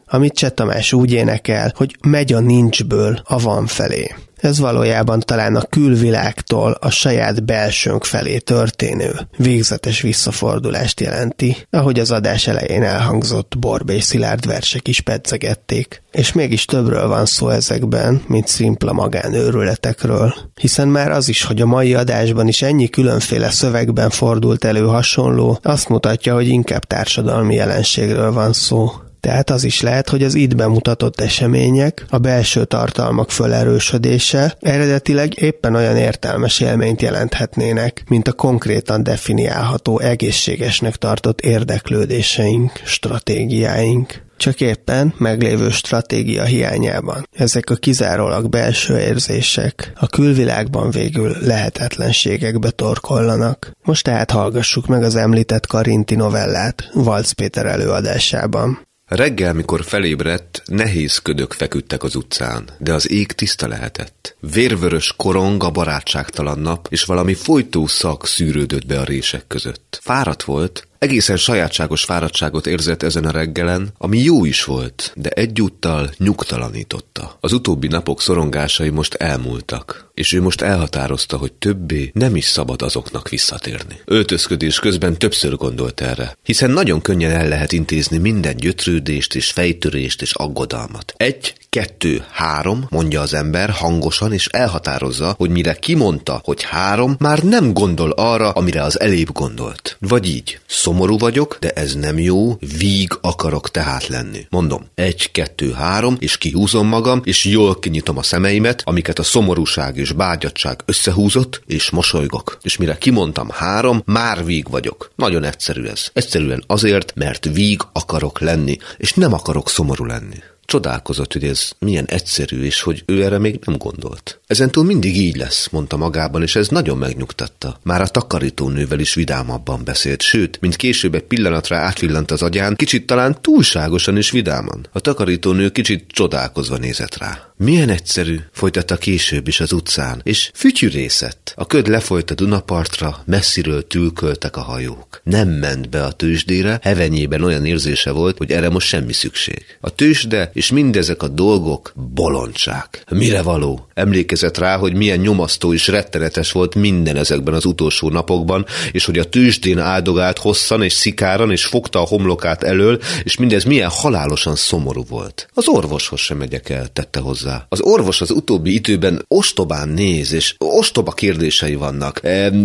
amit Cseh Tamás úgy énekel, hogy megy a nincsből a van felé. Ez valójában talán a külvilágtól a saját belsőnk felé történő végzetes visszafordulást jelenti, ahogy az adás elején elhangzott Borbély Szilárd versek is pedzegették. És mégis többről van szó ezekben, mint szimpla magánőrületekről, hiszen már az is, hogy a mai adásban is ennyi különféle szövegben fordult elő hasonló, azt mutatja, hogy inkább társadalmi jelenségről van szó. Tehát az is lehet, hogy az itt bemutatott események, a belső tartalmak felerősödése eredetileg éppen olyan értelmes élményt jelenthetnének, mint a konkrétan definiálható egészségesnek tartott érdeklődéseink, stratégiáink. Csak éppen meglévő stratégia hiányában ezek a kizárólag belső érzések a külvilágban végül lehetetlenségekbe torkollanak. Most tehát hallgassuk meg az említett Karinti novellát Valcz Péter előadásában. Reggel, mikor felébredt, nehéz ködök feküdtek az utcán, de az ég tiszta lehetett. Vérvörös korong a barátságtalan nap, és valami folytó szag szűrődött be a rések között. Fáradt volt, egészen sajátságos fáradtságot érzett ezen a reggelen, ami jó is volt, de egyúttal nyugtalanította. Az utóbbi napok szorongásai most elmúltak, és ő most elhatározta, hogy többé nem is szabad azoknak visszatérni. Öltözködés közben többször gondolt erre, hiszen nagyon könnyen el lehet intézni minden gyötrődést és fejtörést és aggodalmat. 1, 2, 3, mondja az ember hangosan, és elhatározza, hogy mire kimondta, hogy 3, már nem gondol arra, amire az elébb gondolt. Vagy így. Szomorú vagyok, de ez nem jó, víg akarok tehát lenni. Mondom, 1, 2, 3, és kihúzom magam, és jól kinyitom a szemeimet, amiket a szomorúság és bágyadtság összehúzott, és mosolygok. És mire kimondtam 3, már víg vagyok. Nagyon egyszerű ez. Egyszerűen azért, mert víg akarok lenni, és nem akarok szomorú lenni. Csodálkozott, hogy ez milyen egyszerű, és hogy ő erre még nem gondolt. Ezentúl mindig így lesz, mondta magában, és ez nagyon megnyugtatta. Már a takarítónővel is vidámabban beszélt, sőt, mint később egy pillanatra átvillant az agyán, kicsit talán túlságosan is vidáman. A takarítónő kicsit csodálkozva nézett rá. Milyen egyszerű, folytatta később is az utcán, és fütyürészett. A köd lefolyt a Dunapartra, messziről tülköltek a hajók. Nem ment be a tőzsdére, hevenyében olyan érzése volt, hogy erre most semmi szükség. A tőzsde és mindezek a dolgok bolondság. Mire való? Emlékezett rá, hogy milyen nyomasztó és rettenetes volt minden ezekben az utolsó napokban, és hogy a tőzsdén áldogált hosszan és szikáran, és fogta a homlokát elől, és mindez milyen halálosan szomorú volt. Az orvoshoz sem megyek el, tette hozzá. Az orvos az utóbbi időben ostobán néz, és ostoba kérdései vannak.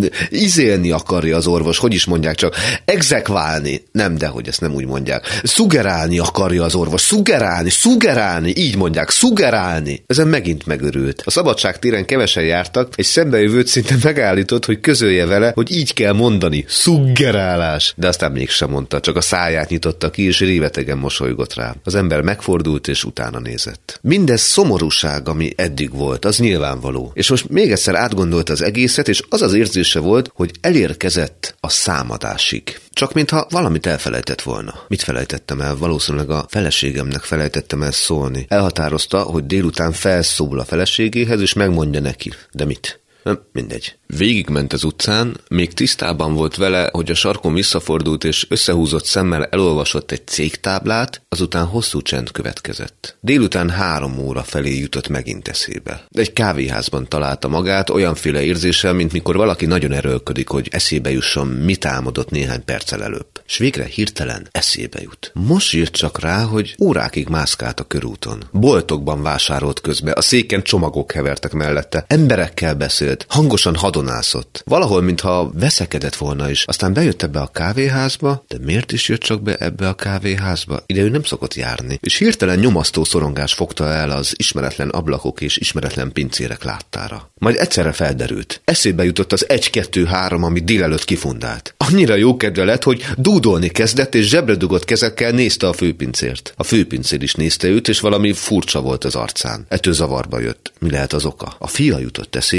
Izélni akarja az orvos, hogy is mondják csak, exekválni. Nem, dehogy ezt nem úgy mondják. Szugerálni akarja az orvos. Szugerálni, így mondják, szugerálni. Ezen megint megörült. A Szabadságtéren kevesen jártak, egy szembejövőt szinte megállított, hogy közölje vele, hogy így kell mondani, szuggerálás. De aztán mégsem mondta, csak a száját nyitotta ki, és révetegen mosolygott rá. Az ember megfordult, és utána nézett. Mindez szomorúság, ami eddig volt, az nyilvánvaló. És most még egyszer átgondolt az egészet, és az az érzése volt, hogy elérkezett a számadásig. Csak mintha valamit elfelejtett volna. Mit felejtettem el? Valószínűleg a feleségemnek felejtettem el szólni. Elhatározta, hogy délután felszól a feleségéhez, és megmondja neki. De mit? Mindegy. Végigment az utcán, még tisztában volt vele, hogy a sarkon visszafordult és összehúzott szemmel elolvasott egy cégtáblát, azután hosszú csend következett. Délután 3 óra felé jutott megint eszébe. Egy kávéházban találta magát olyanféle érzéssel, mint mikor valaki nagyon erőlködik, hogy eszébe jusson, mit álmodott néhány perccel előbb. S végre hirtelen eszébe jut. Most jött csak rá, hogy órákig mászkált a körúton. Boltokban vásárolt közbe, a széken csomagok hevertek mellette, emberekkel beszélt, hangosan hadonászott. Valahol, mintha veszekedett volna is. Aztán bejött ebbe a kávéházba, de miért is jött csak be ebbe a kávéházba? Ide ő nem szokott járni. És hirtelen nyomasztó szorongás fogta el az ismeretlen ablakok és ismeretlen pincérek láttára. Majd egyszerre felderült. Eszébe jutott az 1, 2, 3, ami délelőtt kifundált. Annyira jókedve lett, hogy dúdolni kezdett, és zsebre dugott kezekkel nézte a főpincért. A főpincér is nézte őt, és valami furcsa volt az arcán. Ettől zavarba jött. Mi lehet az oka? A fia jutott eszébe, és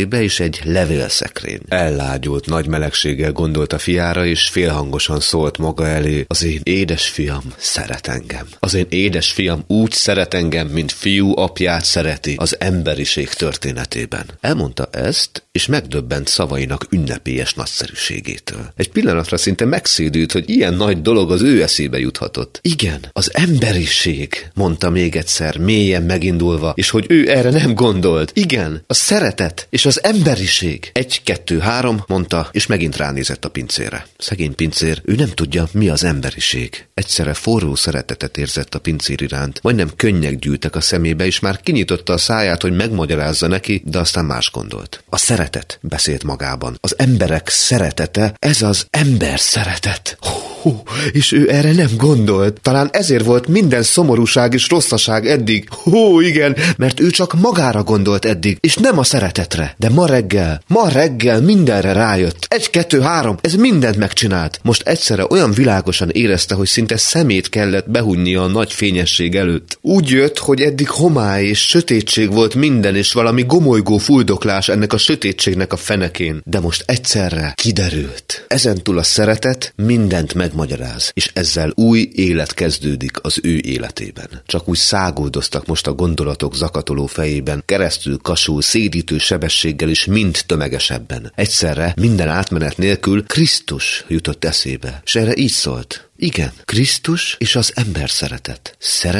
egy levélszekrény. Ellágyult nagy melegséggel gondolt a fiára, és félhangosan szólt maga elé: az én édesfiam szeret engem. Az én édesfiam úgy szeret engem, mint fiú apját szereti az emberiség történetében. Elmondta ezt, és megdöbbent szavainak ünnepélyes nagyszerűségétől. Egy pillanatra szinte megszédült, hogy ilyen nagy dolog az ő eszébe juthatott. Igen, az emberiség, mondta még egyszer, mélyen megindulva, és hogy ő erre nem gondolt. Igen, a szeretet és az emberiség. 1, 2, 3, mondta, és megint ránézett a pincérre. Szegény pincér, ő nem tudja, mi az emberiség. Egyszerre forró szeretetet érzett a pincér iránt, majdnem könnyek gyűltek a szemébe, és már kinyitotta a száját, hogy megmagyarázza neki, de aztán más gondolt. A szeretet, beszélt magában. Az emberek szeretete, ez az ember szeretet. És ő erre nem gondolt. Talán ezért volt minden szomorúság és rosszaság eddig. Igen, mert ő csak magára gondolt eddig, és nem a szeretetre. De ma reggel mindenre rájött. 1, 2, 3, ez mindent megcsinált. Most egyszerre olyan világosan érezte, hogy szinte szemét kellett behunnia a nagy fényesség előtt. Úgy jött, hogy eddig homály és sötétség volt minden, és valami gomolygó fuldoklás ennek a sötétségnek a fenekén. De most egyszerre kiderült. Ezentúl a szeretet mindent megmagyaráz, és ezzel új élet kezdődik az ő életében. Csak úgy száguldoztak most a gondolatok zakatoló fejében, keresztül kasul, szédítő sebességgel is mind tömegesebben. Egyszerre, minden átmenet nélkül Krisztus jutott eszébe, és erre így szólt: igen, Krisztus és az ember szeretet.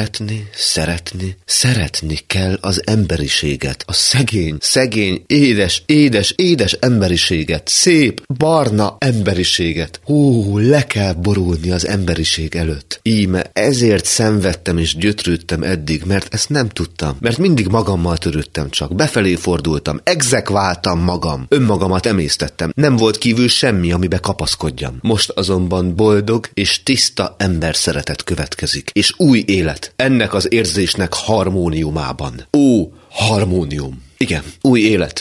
Szeretni kell az emberiséget. A szegény, édes emberiséget. Szép, barna emberiséget. Le kell borulni az emberiség előtt. Íme ezért szenvedtem és gyötrődtem eddig, mert ezt nem tudtam. Mert mindig magammal törődtem csak. Befelé fordultam, exekváltam magam. Önmagamat emésztettem. Nem volt kívül semmi, amibe kapaszkodjam. Most azonban boldog és tiszta ember szeretet következik, és új élet, ennek az érzésnek harmóniumában. Harmónium. Igen, új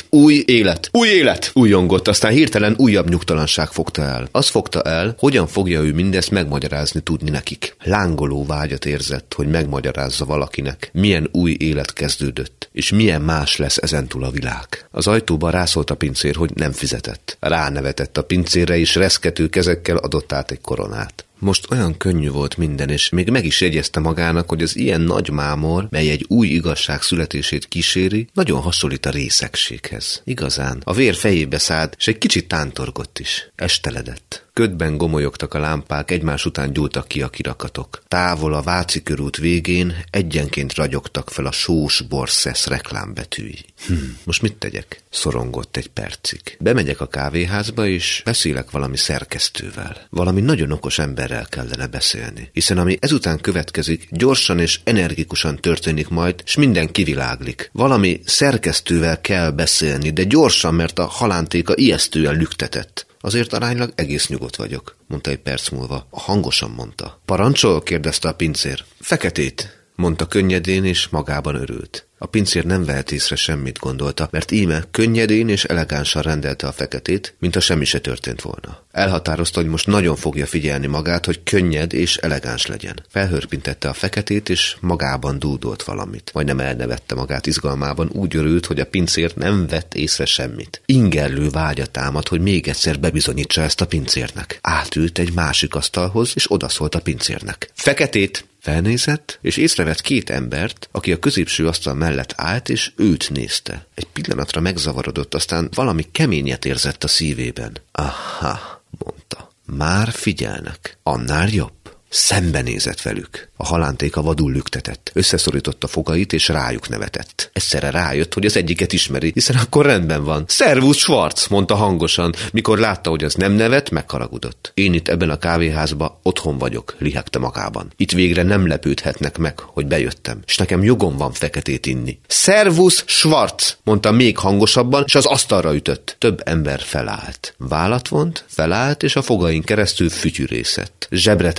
élet, újongott, aztán hirtelen újabb nyugtalanság fogta el. Az fogta el, hogyan fogja ő mindezt megmagyarázni tudni nekik. Lángoló vágyat érzett, hogy megmagyarázza valakinek, milyen új élet kezdődött, és milyen más lesz ezentúl a világ. Az ajtóban rászólt a pincér, hogy nem fizetett. Ránevetett a pincérre, és reszkető kezekkel adott át egy koronát. Most olyan könnyű volt minden, és még meg is jegyezte magának, hogy az ilyen nagy mámor, mely egy új igazság születését kíséri, nagyon hasonlít a részegséghez. Igazán, a vér fejébe szállt, és egy kicsit tántorgott is. Esteledett. Ködben gomolyogtak a lámpák, egymás után gyúltak ki a kirakatok. Távol a Váci körút végén egyenként ragyogtak fel a sós borszesz reklámbetűi. Most mit tegyek? Szorongott egy percig. Bemegyek a kávéházba, és beszélek valami szerkesztővel. Valami nagyon okos emberrel kellene beszélni. Hiszen ami ezután következik, gyorsan és energikusan történik majd, s minden kiviláglik. Valami szerkesztővel kell beszélni, de gyorsan, mert a halántéka ijesztően lüktetett. Azért aránylag egész nyugodt vagyok, mondta egy perc múlva. Hangosan mondta. Parancsol? Kérdezte a pincér. Feketét, mondta könnyedén, és magában örült. A pincér nem vehet észre semmit, gondolta, mert íme könnyedén és elegánsan rendelte a feketét, mintha semmi se történt volna. Elhatározta, hogy most nagyon fogja figyelni magát, hogy könnyed és elegáns legyen. Felhörpintette a feketét, és magában dúdolt valamit. Majdnem elnevette magát izgalmában, úgy örült, hogy a pincér nem vett észre semmit. Ingerlő vágya támad, hogy még egyszer bebizonyítsa ezt a pincérnek. Átült egy másik asztalhoz, és odaszólt a pincérnek. Feketét! Felnézett, és észrevett 2 embert, aki a középső asztal mellett állt, és őt nézte. Egy pillanatra megzavarodott, aztán valami keményet érzett a szívében. Aha, mondta. Már figyelnek. Annál jobb. Szembenézett velük. A halántéka vadul lüktetett. Összeszorította fogait, és rájuk nevetett. Egyszerre rájött, hogy az egyiket ismeri, hiszen akkor rendben van. Szervusz, Schwarz, mondta hangosan. Mikor látta, hogy az nem nevet, megharagudott. Én itt ebben a kávéházban otthon vagyok, lihegte magában. Itt végre nem lepődhetnek meg, hogy bejöttem, és nekem jogom van feketét inni. Szervusz, Schwarz, mondta még hangosabban, és az asztalra ütött. Több ember felállt. Vállat vont, felállt, és a fogain keresztül fütyürészett. Zsebre tette a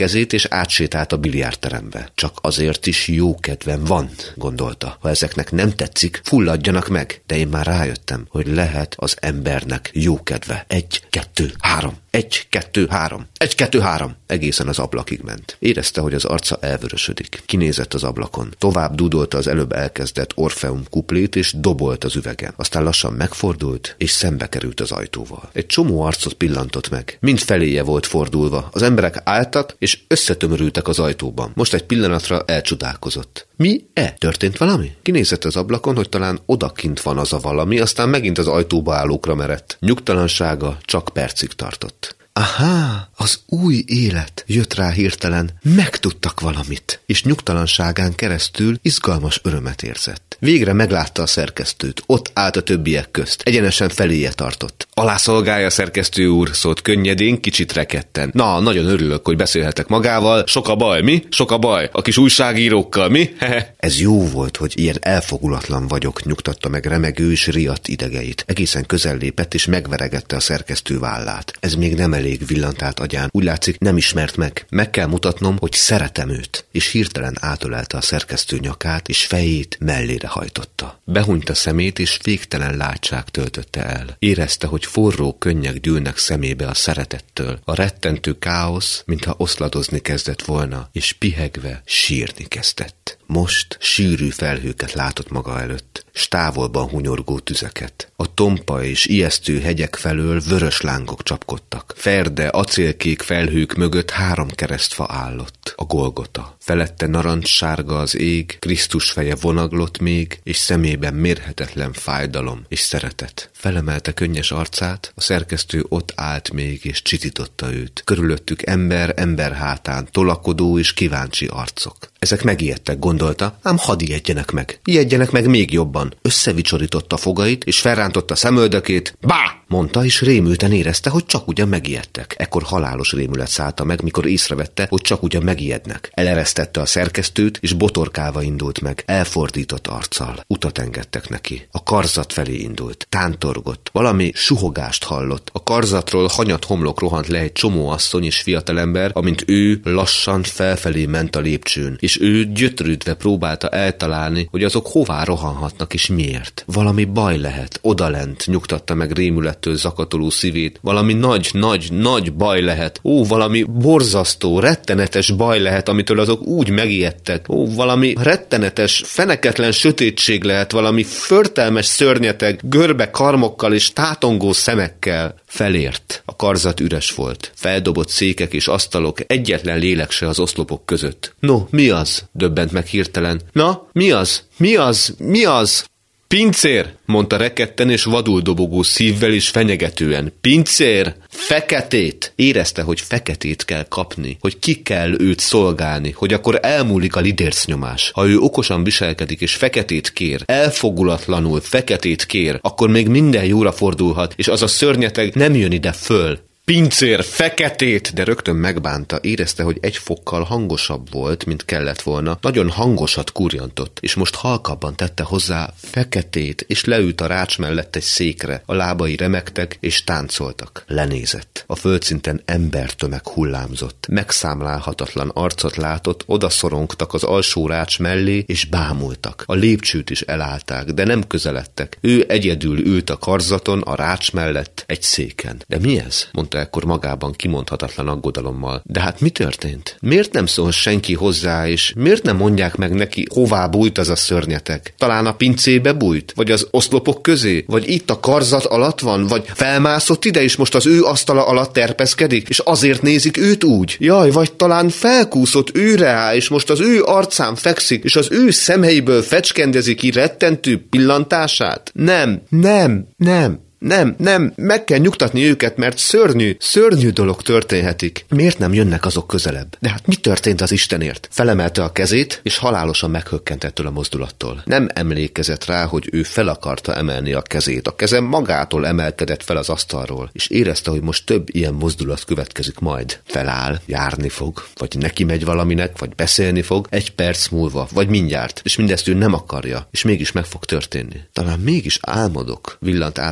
kezét, és átsétált a biliárdterembe. Csak azért is jó kedvem van, gondolta. Ha ezeknek nem tetszik, fulladjanak meg. De én már rájöttem, hogy lehet az embernek jó kedve. 1, 2, 3. 1, 2, 3. 1, 2, 3. Egészen az ablakig ment. Érezte, hogy az arca elvörösödik. Kinézett az ablakon. Tovább dúdolta az előbb elkezdett Orfeum kuplét, és dobolt az üvegen. Aztán lassan megfordult, és szembe került az ajtóval. Egy csomó arcot pillantott meg. Mind feléje volt fordulva. Az emberek álltak, és összetömörültek az ajtóban. Most egy pillanatra elcsodálkozott. Mi-e? Történt valami? Kinézett az ablakon, hogy talán odakint van az a valami, aztán megint az ajtóba állókra merett. Nyugtalansága csak percig tartott. Aha, az új élet, jött rá hirtelen, megtudtak valamit, és nyugtalanságán keresztül izgalmas örömet érzett. Végre meglátta a szerkesztőt, ott állt a többiek közt, egyenesen feléje tartott. Alá szolgálja, szerkesztő úr, szólt könnyedén, kicsit rekedten. Na, nagyon örülök, hogy beszélhetek magával, sok a baj, mi? Sok a baj, a kis újságírókkal, mi? Ez jó volt, hogy ilyen elfogulatlan vagyok, nyugtatta meg remegő és riadt idegeit. Egészen közel lépett, és megveregette a szerkesztő vállát. Ez még nem elég, villant át agyán. Úgy látszik, nem ismert meg. Meg kell mutatnom, hogy szeretem őt. És hirtelen átölelte a szerkesztő nyakát, és fejét mellére hajtotta. Behunyta szemét, és végtelen látság töltötte el. Érezte, hogy forró könnyek gyűlnek szemébe a szeretettől. A rettentő káosz, mintha oszladozni kezdett volna, és pihegve sírni kezdett. Most sűrű felhőket látott maga előtt, s távolban hunyorgó tüzeket. A tompa és ijesztő hegyek felől vörös lángok csapkodtak. Ferde, acélkék felhők mögött 3 keresztfa állott. A Golgota. Felette narancssárga az ég, Krisztus feje vonaglott még, és szemében mérhetetlen fájdalom és szeretet. Felemelte könnyes arcát, a szerkesztő ott állt még, és csitította őt. Körülöttük ember hátán, tolakodó és kíváncsi arcok. Ezek megijedtek, gondolta, ám hadd ijedjenek meg még jobban. Összevicsorította fogait, és felrántotta szemöldökét. Bá! Mondta, és rémülten érezte, hogy csak ugyan megijedtek. Ekkor halálos rémület szállta meg, mikor észrevette, hogy csak ugyan megijednek. Eleresztette a szerkesztőt, és botorkálva indult meg, elfordított arccal. Utat engedtek neki. A karzat felé indult. Tántorgott. Valami suhogást hallott. A karzatról hanyat homlok rohant le egy csomó asszony és fiatalember, amint ő lassan felfelé ment a lépcsőn, és ő gyötrődve próbálta eltalálni, hogy azok hová rohanhatnak és miért. Valami baj lehet, odalent, nyugtatta meg rémülettől zakatoló szívét. Valami nagy baj lehet. Ó, valami borzasztó, rettenetes baj lehet, amitől azok úgy megijedtek. Ó, valami rettenetes, feneketlen sötétség lehet, valami förtelmes szörnyeteg, görbe karmokkal és tátongó szemekkel. Felért. A karzat üres volt. Feldobott székek és asztalok, egyetlen lélek se az oszlopok között. No, mi az? Döbbent meg hirtelen. Na, mi az? Pincér! Mondta rekedten és vadul dobogó szívvel és fenyegetően. Pincér! Feketét! Érezte, hogy feketét kell kapni, hogy ki kell őt szolgálni, hogy akkor elmúlik a lidércnyomás. Ha ő okosan viselkedik és feketét kér, elfogulatlanul feketét kér, akkor még minden jóra fordulhat, és az a szörnyeteg nem jön ide föl. Pincér, feketét! De rögtön megbánta, érezte, hogy egy fokkal hangosabb volt, mint kellett volna. Nagyon hangosat kurjantott, és most halkabban tette hozzá feketét, és leült a rács mellett egy székre. A lábai remegtek, és táncoltak. Lenézett. A földszinten embertömeg hullámzott. Megszámlálhatatlan arcot látott, odaszorongtak az alsó rács mellé, és bámultak. A lépcsőt is elállták, de nem közeledtek. Ő egyedül ült a karzaton, a rács mellett, egy széken. De mi ez? Mondta ekkor magában kimondhatatlan aggodalommal. De hát mi történt? Miért nem szól senki hozzá, és miért nem mondják meg neki, hová bújt az a szörnyeteg? Talán a pincébe bújt? Vagy az oszlopok közé? Vagy itt a karzat alatt van? Vagy felmászott ide, és most az ő asztala alatt terpeszkedik, és azért nézik őt úgy? Jaj, vagy talán felkúszott őre rá, és most az ő arcán fekszik, és az ő szemeiből fecskendezi ki rettentő pillantását? Nem, meg kell nyugtatni őket, mert szörnyű dolog történhetik. Miért nem jönnek azok közelebb? De hát mi történt az Istenért? Felemelte a kezét, és halálosan meghökkent ettől a mozdulattól. Nem emlékezett rá, hogy ő fel akarta emelni a kezét. A keze magától emelkedett fel az asztalról, és érezte, hogy most több ilyen mozdulat következik majd. Feláll, járni fog, vagy neki megy valaminek, vagy beszélni fog, 1 perc múlva, vagy mindjárt, és mindezt ő nem akarja, és mégis meg fog történni. Talán mégis álmodok, villant át rajta egy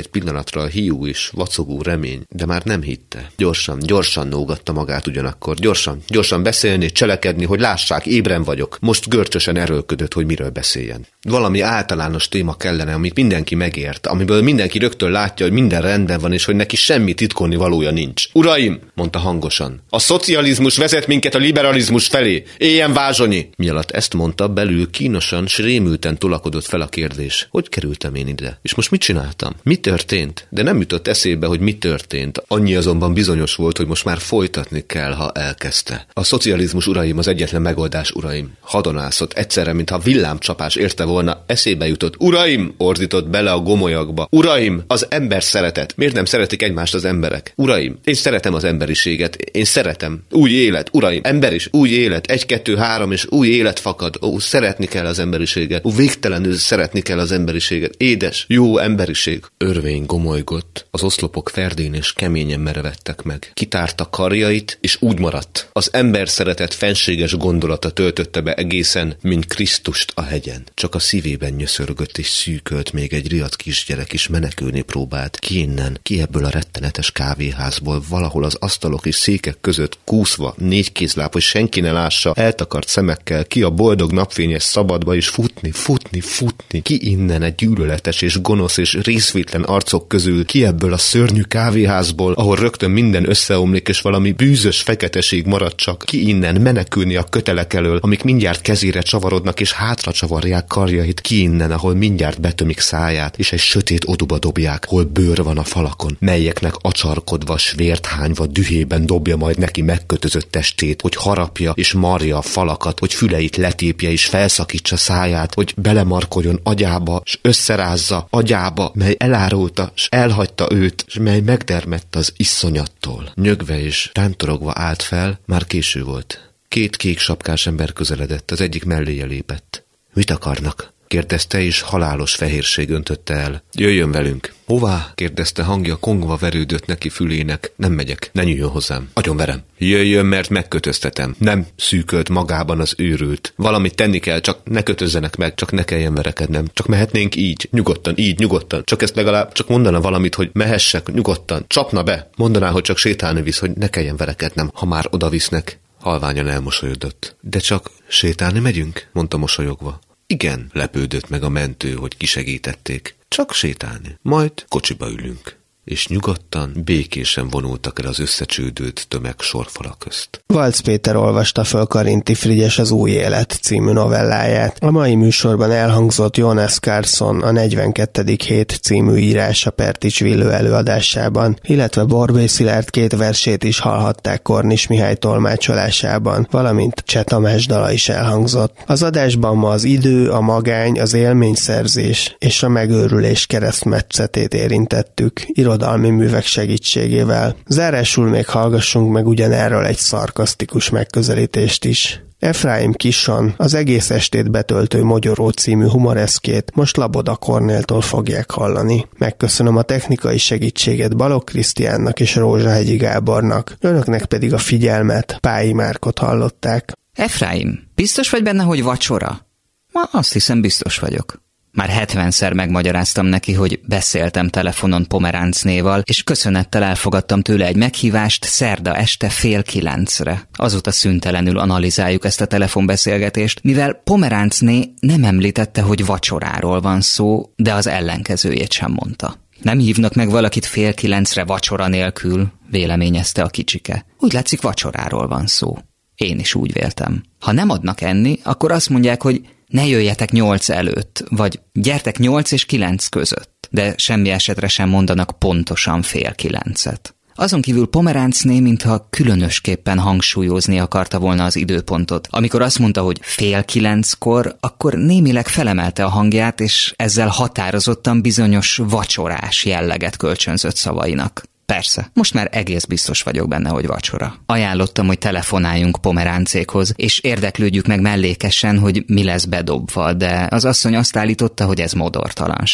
egy pillanatra a hiú és vacogó remény, de már nem hitte. Gyorsan nógatta magát ugyanakkor. Gyorsan beszélni, cselekedni, hogy lássák, ébren vagyok. Most görcsösen erőlködött, hogy miről beszéljen. Valami általános téma kellene, amit mindenki megért, amiből mindenki rögtön látja, hogy minden rendben van, és hogy neki semmi titkolni valója nincs. Uraim, mondta hangosan, a szocializmus vezet minket a liberalizmus felé. Éljen Vázsonyi! Mi alatt ezt mondta, belül kínosan s rémülten tolakodott fel a kérdés. Hogy kerültem én ide? És most mit csináltam? Mi történt? De nem jutott eszébe, hogy mi történt. Annyi azonban bizonyos volt, hogy most már folytatni kell, ha elkezdte. A szocializmus, uraim, az egyetlen megoldás, uraim. Hadonászott egyszerre, mintha villámcsapás érte volna, eszébe jutott. Uraim! Ordított bele a gomolyakba. Uraim! Az ember szeretet. Miért nem szeretik egymást az emberek? Uraim! Én szeretem az emberiséget. Én szeretem. Új élet. Uraim! Ember is. Új élet. 1, 2, 3 és új élet fakad. Ó, szeretni kell az emberiséget. Ó, végtelenül szeretni kell az emberiséget. Édes, jó emberiség. Örvény gomolygott. Az oszlopok ferdén és keményen merevettek meg. Kitárta karjait, és úgy maradt. Az ember szeretet fenséges gondolata töltötte be egészen, mint Krisztust a hegyen. Csak a szívében nyöszörgött és szűkölt, még egy riadt kisgyerek is menekülni próbált. Ki innen, ki ebből a rettenetes kávéházból, valahol az asztalok és székek között kúszva, 4 kézláb, hogy senki ne lássa, eltakart szemekkel, ki a boldog napfényes szabadba, és futni. Ki innen egy gyűlöletes és gonosz és részvétlen arcok közül, ki ebből a szörnyű kávéházból, ahol rögtön minden összeomlik, és valami bűzös feketeség marad csak. Ki innen menekülni a kötelek elől, amik mindjárt kezére csavarodnak, és hátra csavarják karjait. Ki innen, ahol mindjárt betömik száját, és egy sötét oduba dobják, hol bőr van a falakon, melyeknek acsarkodva, s vért hányva dühében dobja majd neki megkötözött testét, hogy harapja és marja a falakat, hogy füleit letépje és felszakítsa száját, hogy belemarkoljon agyába, s összerázza agyába, mely elárulta, s elhagyta őt, s mely megdermett az iszonyattól. Nyögve és tántorogva állt fel, már késő volt. 2 kék sapkás ember közeledett, az egyik melléje lépett. Mit akarnak? Kérdezte, és halálos fehérség öntötte el. Jöjjön velünk. Hová? Kérdezte, hangja kongva verődött neki fülének. Nem megyek, ne nyúljon hozzám. Agyonverem. Jöjjön, mert megkötöztetem. Nem, szűkölt magában az őrült. Valamit tenni kell, csak ne kötözzenek meg, csak ne kelljen verekednem. Csak mehetnénk így, nyugodtan. Csak ezt legalább csak mondana valamit, hogy mehessek, nyugodtan. Csapna be. Mondaná, hogy csak sétálni visz, hogy ne kelljen verekednem, ha már oda visznek. Halványan elmosolyodott. De csak sétálni megyünk? Mondta mosolyogva. Igen, lepődött meg a mentő, hogy kisegítették. Csak sétálni. Majd kocsiba ülünk. És nyugodtan, békésen vonultak el az összecsődült tömeg sorfala közt. Valc Péter olvasta föl Karinti Frigyes az Új élet című novelláját. A mai műsorban elhangzott Jonas Carson a 42. hét című írása Pertics Villő előadásában, illetve Borbély Szilárd 2 versét is hallhatták Kornis Mihály tolmácsolásában, valamint Cseh Tamás dala is elhangzott. Az adásban ma az idő, a magány, az élményszerzés és a megőrülés keresztmetszetét érintettük, irodalmi művek segítségével. Zárásul még hallgassunk meg ugyanerről egy szarkasztikus megközelítést is. Efraim Kison az egész estét betöltő Mogyoró című humoreszkét most Laboda Kornéltól fogják hallani. Megköszönöm a technikai segítséget Balogh Krisztiánnak és Rózsahegyi Gábornak, önöknek pedig a figyelmet, Pályi Márkot hallották. Efraim, biztos vagy benne, hogy vacsora? Ma azt hiszem, biztos vagyok. Már 70-szer megmagyaráztam neki, hogy beszéltem telefonon Pomeráncnéval, és köszönettel elfogadtam tőle egy meghívást szerda este 8:30-re. Azóta szüntelenül analizáljuk ezt a telefonbeszélgetést, mivel Pomeráncné nem említette, hogy vacsoráról van szó, de az ellenkezőjét sem mondta. Nem hívnak meg valakit 8:30-re vacsora nélkül, véleményezte a kicsike. Úgy látszik, vacsoráról van szó. Én is úgy véltem. Ha nem adnak enni, akkor azt mondják, hogy ne jöjjetek 8 előtt, vagy gyertek 8 és 9 között, de semmi esetre sem mondanak pontosan 8:30. Azon kívül Pomeráncné, mintha különösképpen hangsúlyozni akarta volna az időpontot. Amikor azt mondta, hogy 8:30-kor, akkor némileg felemelte a hangját, és ezzel határozottan bizonyos vacsorás jelleget kölcsönzött szavainak. Persze, most már egész biztos vagyok benne, hogy vacsora. Ajánlottam, hogy telefonáljunk Pomeráncékhoz, és érdeklődjük meg mellékesen, hogy mi lesz bedobva, de az asszony azt állította, hogy ez modortalanság.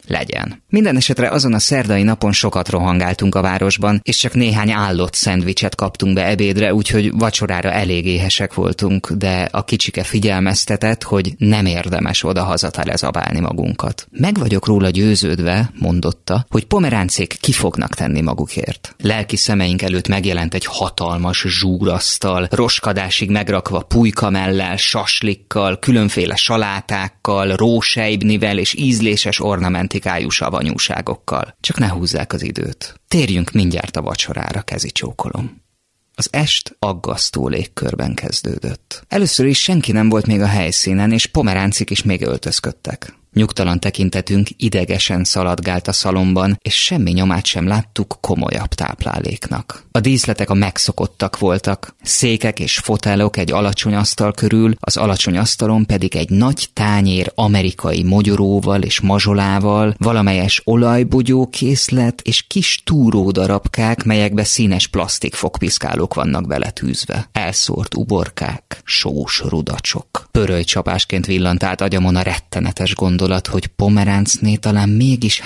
Legyen. Minden esetre azon a szerdai napon sokat rohangáltunk a városban, és csak néhány állott szendvicset kaptunk be ebédre, úgyhogy vacsorára elég éhesek voltunk, de a kicsike figyelmeztetett, hogy nem érdemes odahaza telezabálni magunkat. Meg vagyok róla győződve, mondotta, hogy pomeráncék ki fognak tenni magukért. Lelki szemeink előtt megjelent egy hatalmas zsúrasztal, roskadásig megrakva pulykamellel, saslikkal, különféle salátákkal, rósejbnivel és ízléses ornamentikájú savanyúságokkal. Csak ne húzzák az időt. Térjünk mindjárt a vacsorára, kezi csókolom. Az est aggasztó légkörben kezdődött. Először is senki nem volt még a helyszínen, és pomeráncik is még öltözködtek. Nyugtalan tekintetünk idegesen szaladgált a szalomban, és semmi nyomát sem láttuk komolyabb tápláléknak. A díszletek a megszokottak voltak, székek és fotelok egy alacsony asztal körül, az alacsony asztalon pedig egy nagy tányér amerikai mogyoróval és mazsolával, valamelyes olajbogyókészlet és kis túródarabkák, melyekbe színes plastik fogpiszkálók vannak beletűzve. Elszórt uborkák, sós rudacsok. Pörölycsapásként villant át agyamon a rettenetes gondolat, hogy Pomeráncné talán mégis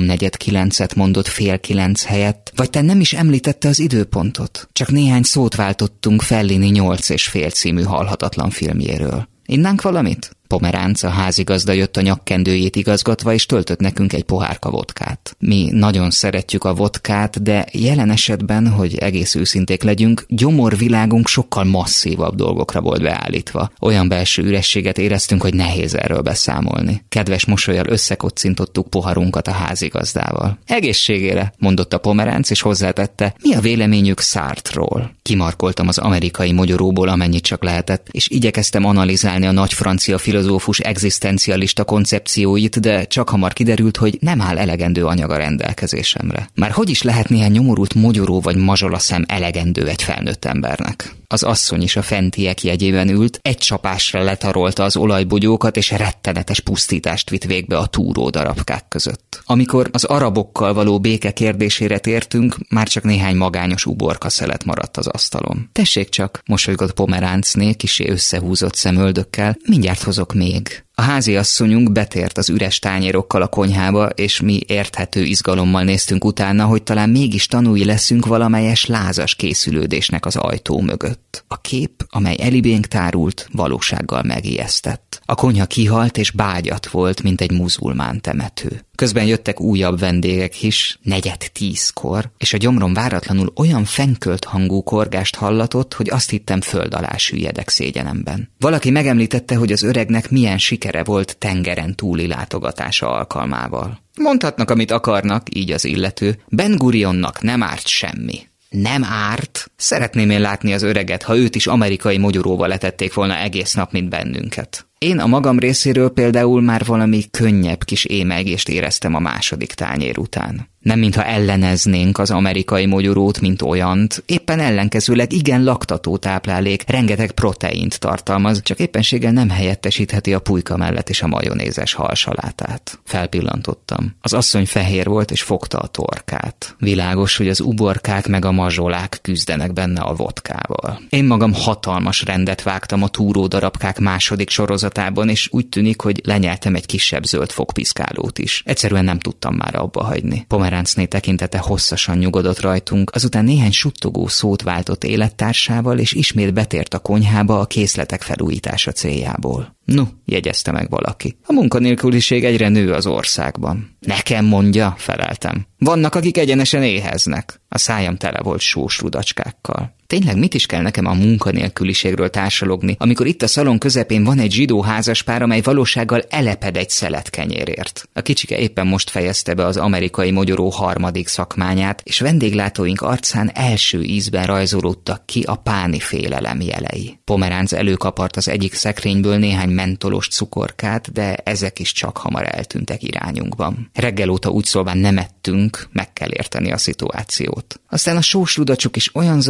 3:49 mondott 8:30 helyett, vagy te nem is említette az időpontot. Csak néhány szót váltottunk Fellini 8,5 című halhatatlan filmjéről. Innánk valamit? Pomeránc, a házigazda jött a nyakkendőjét igazgatva, és töltött nekünk egy pohárka vodkát. Mi nagyon szeretjük a vodkát, de jelen esetben, hogy egész őszinték legyünk, gyomorvilágunk sokkal masszívabb dolgokra volt beállítva. Olyan belső ürességet éreztünk, hogy nehéz erről beszámolni. Kedves mosollyal összekocintottuk poharunkat a házigazdával. Egészségére, mondotta Pomeránc, és hozzátette, mi a véleményük Sartre-ról. Kimarkoltam az amerikai mogyoróból, amennyit csak lehetett, és igyekeztem analizálni a nagy francia filozófus egzisztencialista koncepcióit, de csak hamar kiderült, hogy nem áll elegendő anyag a rendelkezésemre. Már hogy is lehet néhány nyomorult mogyoró vagy mazsolaszem elegendő egy felnőtt embernek? Az asszony is a fentiek jegyében ült, egy csapásra letarolta az olajbogyókat, és rettenetes pusztítást vitt végbe a túró darabkák között. Amikor az arabokkal való béke kérdésére tértünk, már csak néhány magányos uborka szelet maradt az asztalon. Tessék csak, mosolygott Pomeráncné kissé összehúzott szemöldökkel, mindjárt hozok még. A háziasszonyunk betért az üres tányérokkal a konyhába, és mi érthető izgalommal néztünk utána, hogy talán mégis tanúi leszünk valamelyes lázas készülődésnek az ajtó mögött. A kép, amely elibénk tárult, valósággal megijesztett. A konyha kihalt és bágyat volt, mint egy muzulmán temető. Közben jöttek újabb vendégek is, 9:10-kor, és a gyomrom váratlanul olyan fenkölt hangú korgást hallatott, hogy azt hittem föld alá süllyedek szégyenemben. Valaki megemlítette, hogy az öregnek milyen sikere volt tengeren túli látogatása alkalmával. Mondhatnak, amit akarnak, így az illető. Ben Gurionnak nem árt semmi. Nem árt? Szeretném én látni az öreget, ha őt is amerikai mogyoróval letették volna egész nap, mint bennünket. Én a magam részéről például már valami könnyebb kis émelygést éreztem a második tányér után. Nem mintha elleneznénk az amerikai mogyorót, mint olyant, éppen ellenkezőleg igen laktató táplálék, rengeteg proteint tartalmaz, csak éppenséggel nem helyettesítheti a pulyka mellett és a majonézes halsalátát. Felpillantottam. Az asszony fehér volt és fogta a torkát. Világos, hogy az uborkák meg a mazsolák küzdenek benne a vodkával. Én magam hatalmas rendet vágtam a túró darabkák második sorozatában, és úgy tűnik, hogy lenyeltem egy kisebb zöld fogpiszkálót is. Egyszerűen nem tudtam már abba hagyni. Pomeráncné tekintete hosszasan nyugodott rajtunk, azután néhány suttogó szót váltott élettársával, és ismét betért a konyhába a készletek felújítása céljából. No, jegyezte meg valaki. A munkanélküliség egyre nő az országban. Nekem mondja, feleltem. Vannak, akik egyenesen éheznek. A szájam tele volt sós rudacskákkal. Tényleg mit is kell nekem a munkanélküliségről társalogni, amikor itt a szalon közepén van egy zsidó házaspár, amely valósággal eleped egy szelet kenyérért. A kicsike éppen most fejezte be az amerikai mogyoró harmadik szakmányát, és vendéglátóink arcán első ízben rajzolódtak ki a páni félelem jelei. Pomeránc előkapart az egyik szekrényből néhány mentolos cukorkát, de ezek is csak hamar eltűntek irányunkban. Reggel óta úgy szólván nem ettünk, meg kell érteni a szituációt. Aztán a sós rudacsok is olyan zajt csináltak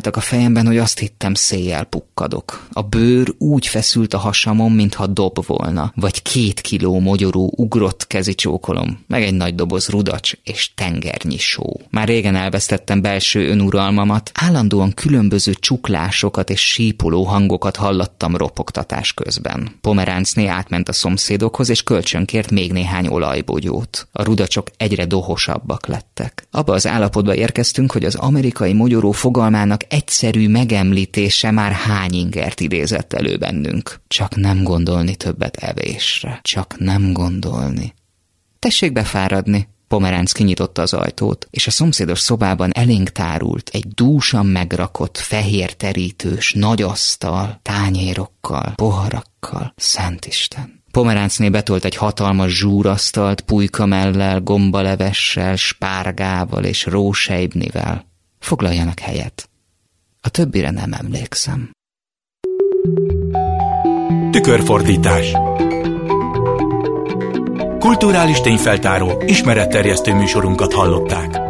álltak a fejemben, hogy azt hittem, széjjel pukkadok. A bőr úgy feszült a hasamon, mintha dob volna, vagy 2 kiló mogyorú ugrott kezicsókolom, meg egy nagy doboz rudacs és tengernyi só. Már régen elvesztettem belső önuralmamat, állandóan különböző csuklásokat és sípoló hangokat hallattam ropogtatás közben. Pomeráncné átment a szomszédokhoz, és kölcsönkért még néhány olajbogyót. A rudacsok egyre dohosabbak lettek. Abba az állapotba érkeztünk, hogy az amerikai mogyoró fogalmának egyszerű megemlítése már hány ingert idézett elő bennünk. Csak nem gondolni többet evésre. Csak nem gondolni. Tessék befáradni. Pomeránc kinyitotta az ajtót, és a szomszédos szobában elénk tárult egy dúsan megrakott, fehér terítős, nagy asztal, tányérokkal, poharakkal. Szentisten! Pomeráncné betolt egy hatalmas zsúrasztalt pulykamellel, gombalevessel, spárgával és rósejbnivel. Foglaljanak helyet. A többire nem emlékszem. Tükörfordítás. Kulturális tényfeltáró, ismeretterjesztő műsorunkat hallották.